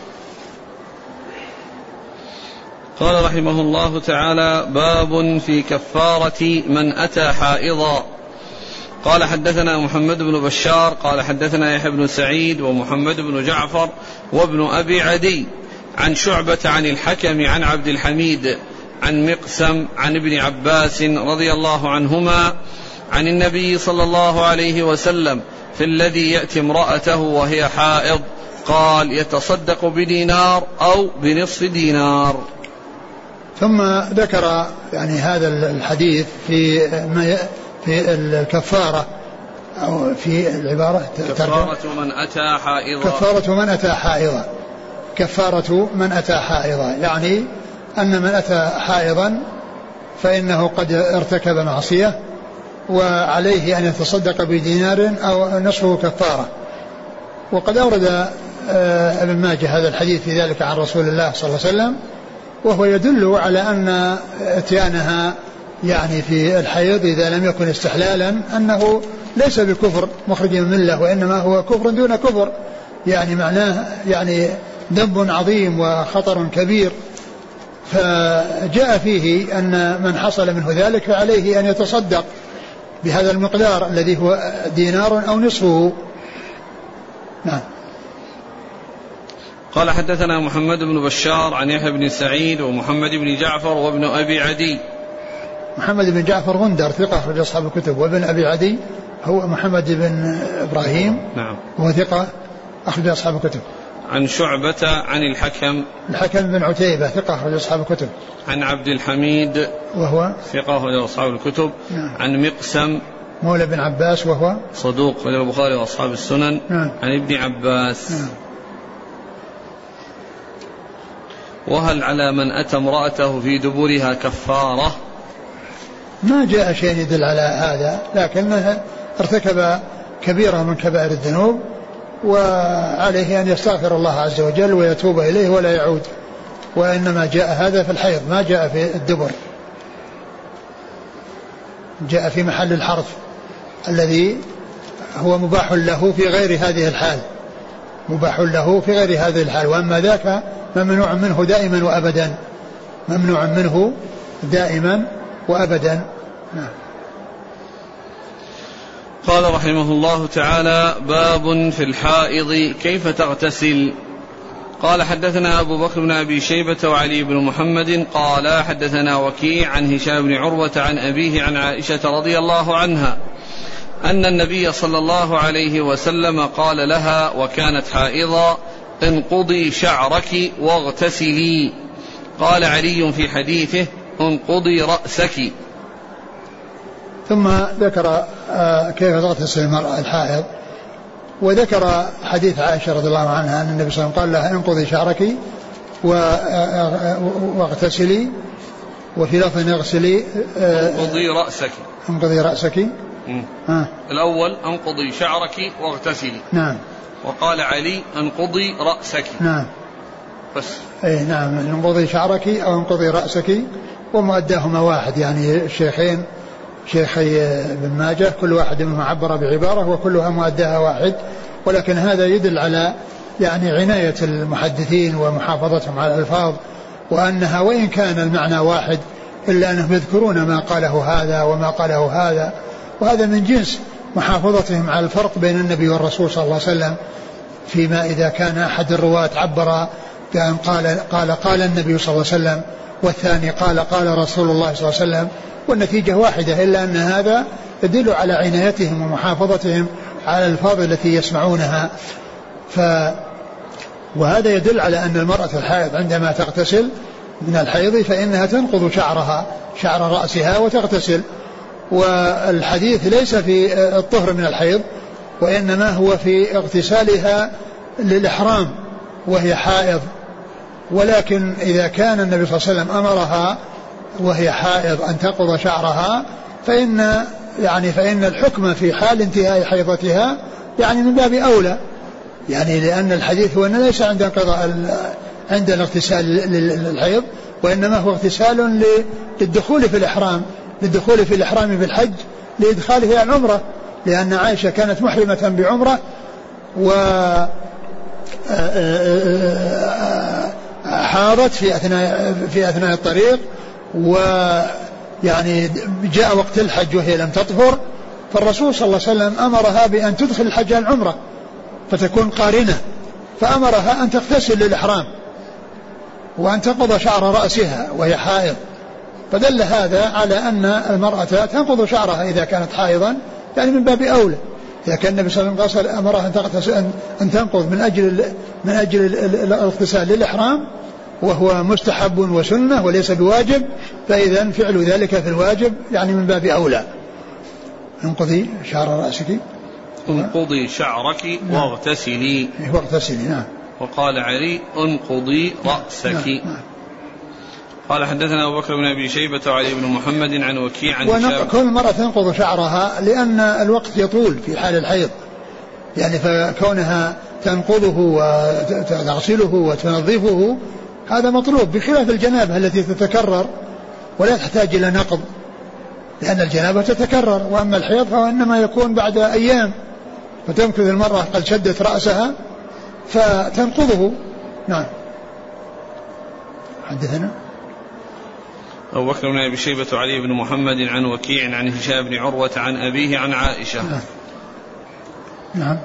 قال رحمه الله تعالى: باب في كفارة من أتى حائضا. قال: حدثنا محمد بن بشار قال حدثنا يحيى بن سعيد ومحمد بن جعفر وابن أبي عدي عن شعبة عن الحكم عن عبد الحميد عن مقسم عن ابن عباس رضي الله عنهما عن النبي صلى الله عليه وسلم في الذي يأتي امرأته وهي حائض قال: يتصدق بدينار أو بنصف دينار. ثم ذكر يعني هذا الحديث في ما في الكفارة أو في العبارة كفارة من أتى حائضا. كفارة من أتى حائضا كفارة من أتى حائضا يعني أن من أتى حائضا فإنه قد ارتكب معصية وعليه أن يتصدق بدينار أو نصفه كفارة. وقد أورد ابن ماجه هذا الحديث في ذلك عن رسول الله صلى الله عليه وسلم، وهو يدل على أن اتيانها يعني في الحيض إذا لم يكن استحلالا أنه ليس بكفر مخرج من الملة، وإنما هو كفر دون كفر، يعني معناه يعني ذنب عظيم وخطر كبير. فجاء فيه أن من حصل منه ذلك فعليه أن يتصدق بهذا المقدار الذي هو دينار أو نصفه. نعم. قال: حدثنا محمد بن بشار عن يحيى بن سعيد ومحمد بن جعفر وابن أبي عدي. محمد بن جعفر غندر ثقة أخرج أصحاب الكتب، وابن أبي عدي هو محمد بن إبراهيم نعم وهو ثقة أخرج أصحاب الكتب. عن شعبة عن الحكم الحكم بن عتيبة ثقة أخرج أصحاب الكتب. عن عبد الحميد وهو ثقة أخرج أصحاب الكتب. نعم. عن مقسم مولى بن عباس وهو صدوق أخرج البخاري وأصحاب السنن. نعم. عن ابن عباس. نعم. وهل على من أتى امرأته في دبرها كفارة؟ ما جاء شيء يدل على هذا، لكنه ارتكب كبيرة من كبائر الذنوب وعليه أن يستغفر الله عز وجل ويتوب إليه ولا يعود، وإنما جاء هذا في الحيض ما جاء في الدبر، جاء في محل الحرث الذي هو مباح له في غير هذه الحال، مباح له في غير هذه الحال، وأما ذاك ممنوع منه دائما وأبدا، ممنوع منه دائما وأبدا. نعم. قال رحمه الله تعالى: باب في الحائض كيف تغتسل. قال: حدثنا أبو بكر بن أبي شيبة وعلي بن محمد قال حدثنا وكيع عن هشام بن عروة عن أبيه عن عائشة رضي الله عنها أن النبي صلى الله عليه وسلم قال لها وكانت حائضا: انقضي شعرك واغتسلي. قال علي في حديثه: انقضي رأسك. ثم ذكر كيف تغتسل المرأة الحائض، وذكر حديث عائشة رضي الله عنها أن النبي صلى الله عليه وسلم قال لها: انقضي شعرك واغتسلي، وفي لفظ اغسلي انقضي رأسك. انقضي رأسك. آه. الأول انقضي شعرك واغتسلي. نعم. وقال علي: انقضي رأسك. نعم. بس. اي نعم، انقضي شعرك أو انقضي رأسك، ومؤداهما واحد، يعني الشيخين شيخي ابن ماجه كل واحد منهم عبر بعبارة وكلها مؤداها واحد، ولكن هذا يدل على يعني عناية المحدثين ومحافظتهم على الألفاظ، وأنها وإن كان المعنى واحد إلا أنهم يذكرون ما قاله هذا وما قاله هذا، وهذا من جنس محافظتهم على الفرق بين النبي والرسول صلى الله عليه وسلم، فيما إذا كان أحد الرواة عبر بأن قال قال قال النبي صلى الله عليه وسلم، والثاني قال قال رسول الله صلى الله عليه وسلم، والنتيجة واحدة، إلا أن هذا يدل على عنايتهم ومحافظتهم على الألفاظ التي يسمعونها. ف وهذا يدل على أن المرأة الحائض عندما تغتسل من الحيض فإنها تنقض شعرها شعر رأسها وتغتسل، والحديث ليس في الطهر من الحيض، وإنما هو في اغتسالها للإحرام وهي حائض. ولكن إذا كان النبي صلى الله عليه وسلم أمرها وهي حائض أن تنقض شعرها فإن يعني فإن الحكم في حال انتهاء حيضتها يعني من باب أولى، يعني لأن الحديث هو أنه ليس عند انقضاء عند الاغتسال للحيض، وإنما هو اغتسال للدخول في الإحرام، للدخول في الإحرام بالحج لإدخاله إلى العمرة، لأن عائشة كانت محرمة بعمرة وحاضت في أثناء في أثناء الطريق، ويعني جاء وقت الحج وهي لم تطهر، فالرسول صلى الله عليه وسلم أمرها بأن تدخل الحج على العمرة فتكون قارنة، فأمرها أن تغتسل للإحرام وأن تنقض شعر رأسها وهي حائض، فدل هذا على أن المرأة تنقض شعرها إذا كانت حائضا، يعني من باب أولى. إذا كان النبي صلى الله عليه وسلم أمرها أن تنقض من أجل من أجل الاغتسال للإحرام وهو مستحب وسنة وليس بواجب، فإذا فعل ذلك في الواجب يعني من باب أولى. انقضي شعر رأسك، انقضي شعرك واغتسلي واغتسلي. نعم. وقال علي انقضي رأسك. نعم. نعم. قال حدثنا أبو بكر بن أبي شيبة وعلي بن محمد عن وكيع عن هشام. كل مرة تنقض شعرها لأن الوقت يطول في حال الحيض، يعني فكونها تنقضه وتغسله وتنظفه هذا مطلوب، بخلاف الجنابة التي تتكرر ولا تحتاج إلى نقض، لأن الجنابة تتكرر، وأما الحيض فإنما يكون بعد أيام، فتمكث المرأة قد شدت رأسها فتنقضه. نعم. حدثنا أبو بكر بن أبي شيبة وعلي بن محمد عن وكيع عن هشام بن عروة عن أبيه عن عائشة. نعم. نعم.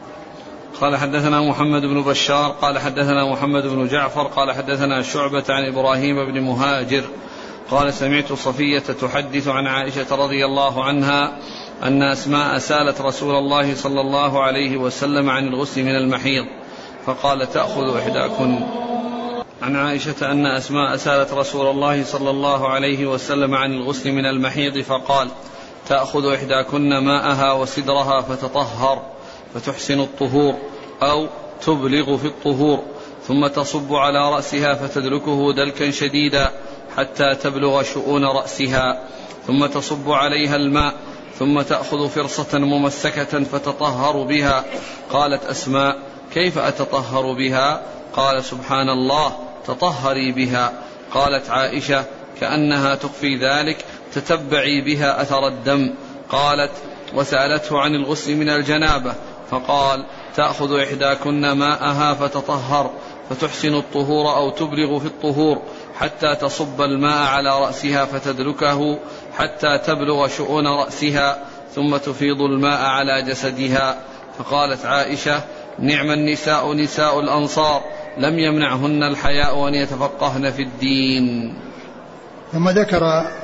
قال حدثنا محمد بن بشار قال حدثنا محمد بن جعفر قال حدثنا شعبة عن إبراهيم بن مهاجر قال سمعت صفية تحدث عن عائشة رضي الله عنها أن أسماء سالت رسول الله صلى الله عليه وسلم عن الغسل من المحيض فقال تأخذ إحداكن. عن عائشة أن أسماء سالت رسول الله صلى الله عليه وسلم عن الغسل من المحيض فقال تأخذ إحداكن ماءها وسدرها فتطهر فتحسن الطهور أو تبلغ في الطهور ثم تصب على رأسها فتدلكه دلكا شديدا حتى تبلغ شؤون رأسها ثم تصب عليها الماء ثم تأخذ فرصة ممسكة فتطهر بها. قالت أسماء كيف أتطهر بها؟ قال سبحان الله تطهري بها. قالت عائشة كأنها تخفي ذلك تتبعي بها أثر الدم. قالت وسألته عن الغسل من الجنابة فقال تأخذ إحداكن ماءها فتطهر فتحسن الطهور أو تبلغ في الطهور حتى تصب الماء على رأسها فتدلكه حتى تبلغ شؤون رأسها ثم تفيض الماء على جسدها. فقالت عائشة نعم النساء نساء الأنصار لم يمنعهن الحياء أن يتفقهن في الدين. ثم ذكر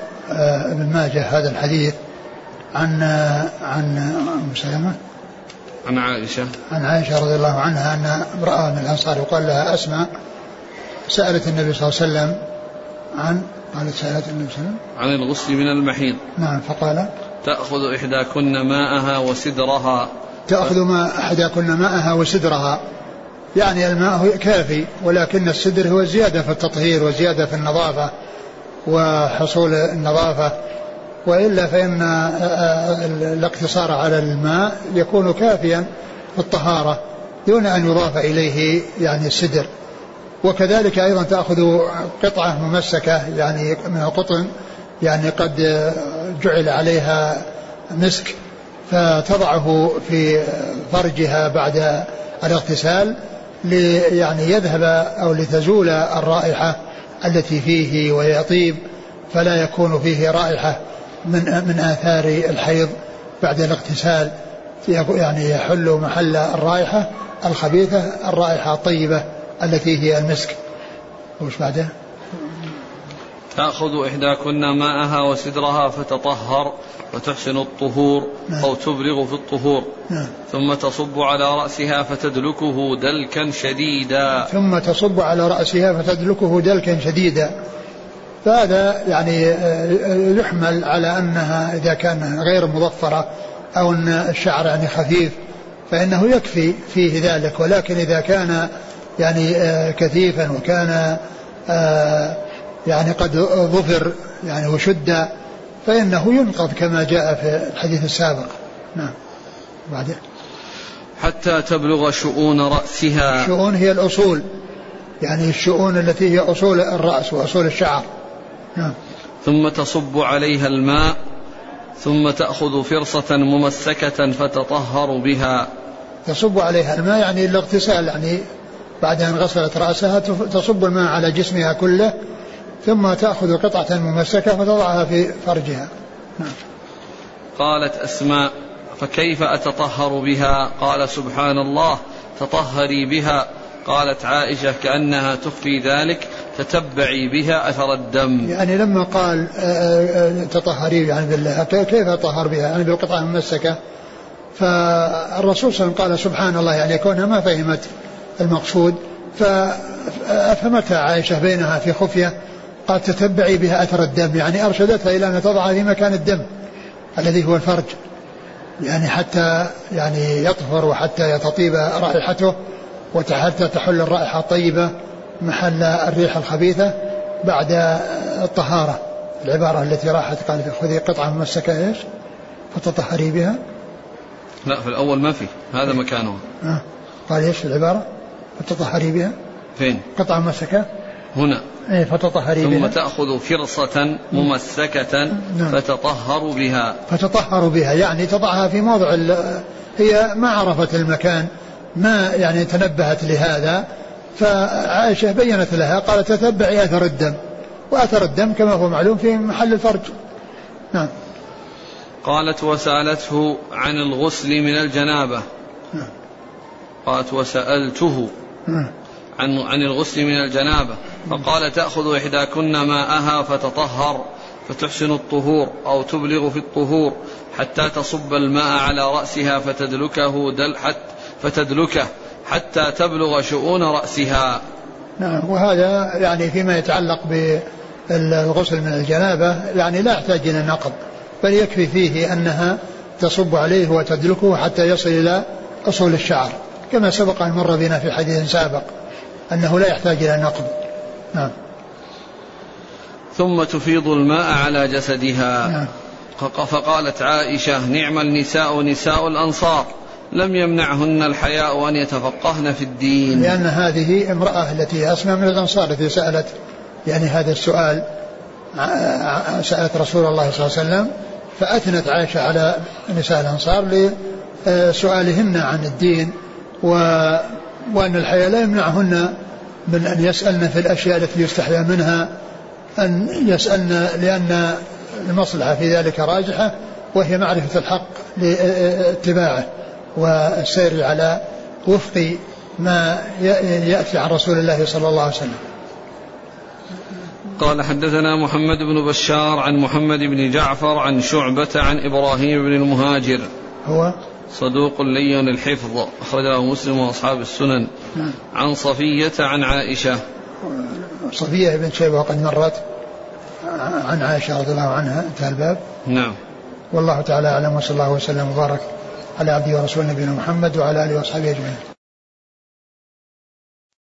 ابن ماجه هذا الحديث عن عن أم سلمة عن عائشة عن عائشة رضي الله عنها أن امرأة من الأنصار يقال لها أسماء سألت النبي صلى الله عليه وسلم عن قالت سألت النبي صلى الله عليه وسلم عن الغسل من المحيض. نعم. فقال تأخذ إحداكن ماءها وسدرها تأخذ ما إحداكن ماءها وسدرها، يعني الماء كافي ولكن السدر هو زيادة في التطهير وزيادة في النظافة وحصول النظافة، وإلا فإن الاقتصار على الماء يكون كافيا في الطهارة دون أن يضاف إليه يعني السدر. وكذلك أيضا تأخذ قطعة ممسكة يعني من القطن يعني قد جعل عليها مسك فتضعه في فرجها بعد الاغتسال يعني يذهب أو لتزول الرائحة التي فيه ويطيب فلا يكون فيه رائحة من من آثار الحيض بعد الاغتسال، يعني يحل محل الرائحة الخبيثة الرائحة الطيبة التي هي المسك. وش بعده؟ تأخذ إحداكن ماءها وسدرها فتطهر وتحسن الطهور. نعم. أو تبلغ في الطهور. نعم. ثم تصب على رأسها فتدلكه دلكا شديدا ثم تصب على رأسها فتدلكه دلكا شديدا. فهذا يعني يحمل على أنها إذا كان غير مضفرة أو أن الشعر يعني خفيف فإنه يكفي فيه ذلك، ولكن إذا كان يعني كثيفا وكان يعني قد ظفر يعني وشد فإنه ينقض كما جاء في الحديث السابق. نعم. بعده حتى تبلغ شؤون رأسها. الشؤون هي الأصول، يعني الشؤون التي هي أصول الرأس وأصول الشعر. نعم. ثم تصب عليها الماء ثم تأخذ فرصة ممسكة فتطهر بها. تصب عليها الماء يعني الاغتسال، يعني بعد أن غسلت رأسها تصب الماء على جسمها كله ثم تأخذ قطعة ممسكة فتضعها في فرجها. قالت أسماء: فكيف أتطهر بها؟ قال: سبحان الله، تطهري بها. قالت عائشة: كأنها تخفي ذلك، تتبعي بها أثر الدم. يعني لما قال تطهري يعني بالله، كيف أطهر بها؟ يعني بالقطعة الممسكة. فالرسول صلى الله عليه وسلم قال سبحان الله، يعني كونها ما فهمت المقصود فأفهمتها عائشة بينها في خفية، قال تتبعي بها أثر الدم، يعني أرشدتها إلى أن تضعها في مكان الدم الذي هو الفرج، يعني حتى يعني يطهر وحتى يتطيب رائحته وحتى تحل الرائحة الطيبة محل الريح الخبيثة بعد الطهارة. العبارة التي راحت قالت خذي قطعة ممسكة ايش فتطهري بها. لا، في الأول ما في هذا مكانه. آه. قال ايش العبارة؟ فتطهري بها. فين؟ قطعة ممسكة هنا. ايه فتطهري ثم بها. ثم تأخذ فرصة ممسكة فتطهر بها. فتطهر بها يعني تضعها في موضع هي ما عرفت المكان، ما يعني تنبهت لهذا، فعائشة بينت لها قالت تتبعي أثر الدم، وأثر الدم كما هو معلوم في محل الفرج. نعم. قالت: وسألته عن الغسل من الجنابة. نعم. قالت: وسألته نعم. عن عن الغسل من الجنابة، فقال: تأخذ إحداكن ماءها فتطهر فتحسن الطهور أو تبلغ في الطهور حتى تصب الماء على رأسها فتدلكه دل حتى فتدلكه حتى تبلغ شؤون رأسها. نعم. وهذا يعني فيما يتعلق بالغسل من الجنابة يعني لا يحتاج إلى نقض، بل يكفي فيه أنها تصب عليه وتدلكه حتى يصل إلى أصول الشعر، كما سبق أن مر بنا في حديث سابق أنه لا يحتاج إلى نقض. نعم. ثم تفيض الماء على جسدها. نعم. فقالت عائشة: نعم النساء نساء الأنصار، لم يمنعهن الحياء أن يتفقهن في الدين. لأن هذه امرأة التي أسمى من الأنصار التي سألت يعني هذا السؤال، سألت رسول الله صلى الله عليه وسلم، فأثنت عائشة على نساء الأنصار لسؤالهن عن الدين، وأن الحياء لا يمنعهن من أن يسألن في الأشياء التي يستحيا منها أن يسألن، لأن المصلحة في ذلك راجحة، وهي معرفة الحق لاتباعه والسير على وفق ما يأتي عن رسول الله صلى الله عليه وسلم. قال: حدثنا محمد بن بشار عن محمد بن جعفر عن شعبة عن إبراهيم بن المهاجر، هو صدوق لين الحفظ، أخرجه مسلم وأصحاب السنن. عن صفية عن عائشة. صفية بنت شيبة وقد مرت عن عائشة رضي الله عنها، انتهى الباب. نعم. والله تعالى أعلم، وصلى الله وسلم وبارك على عبده ورسوله نبينا محمد وعلى آله وصحبه أجمعين.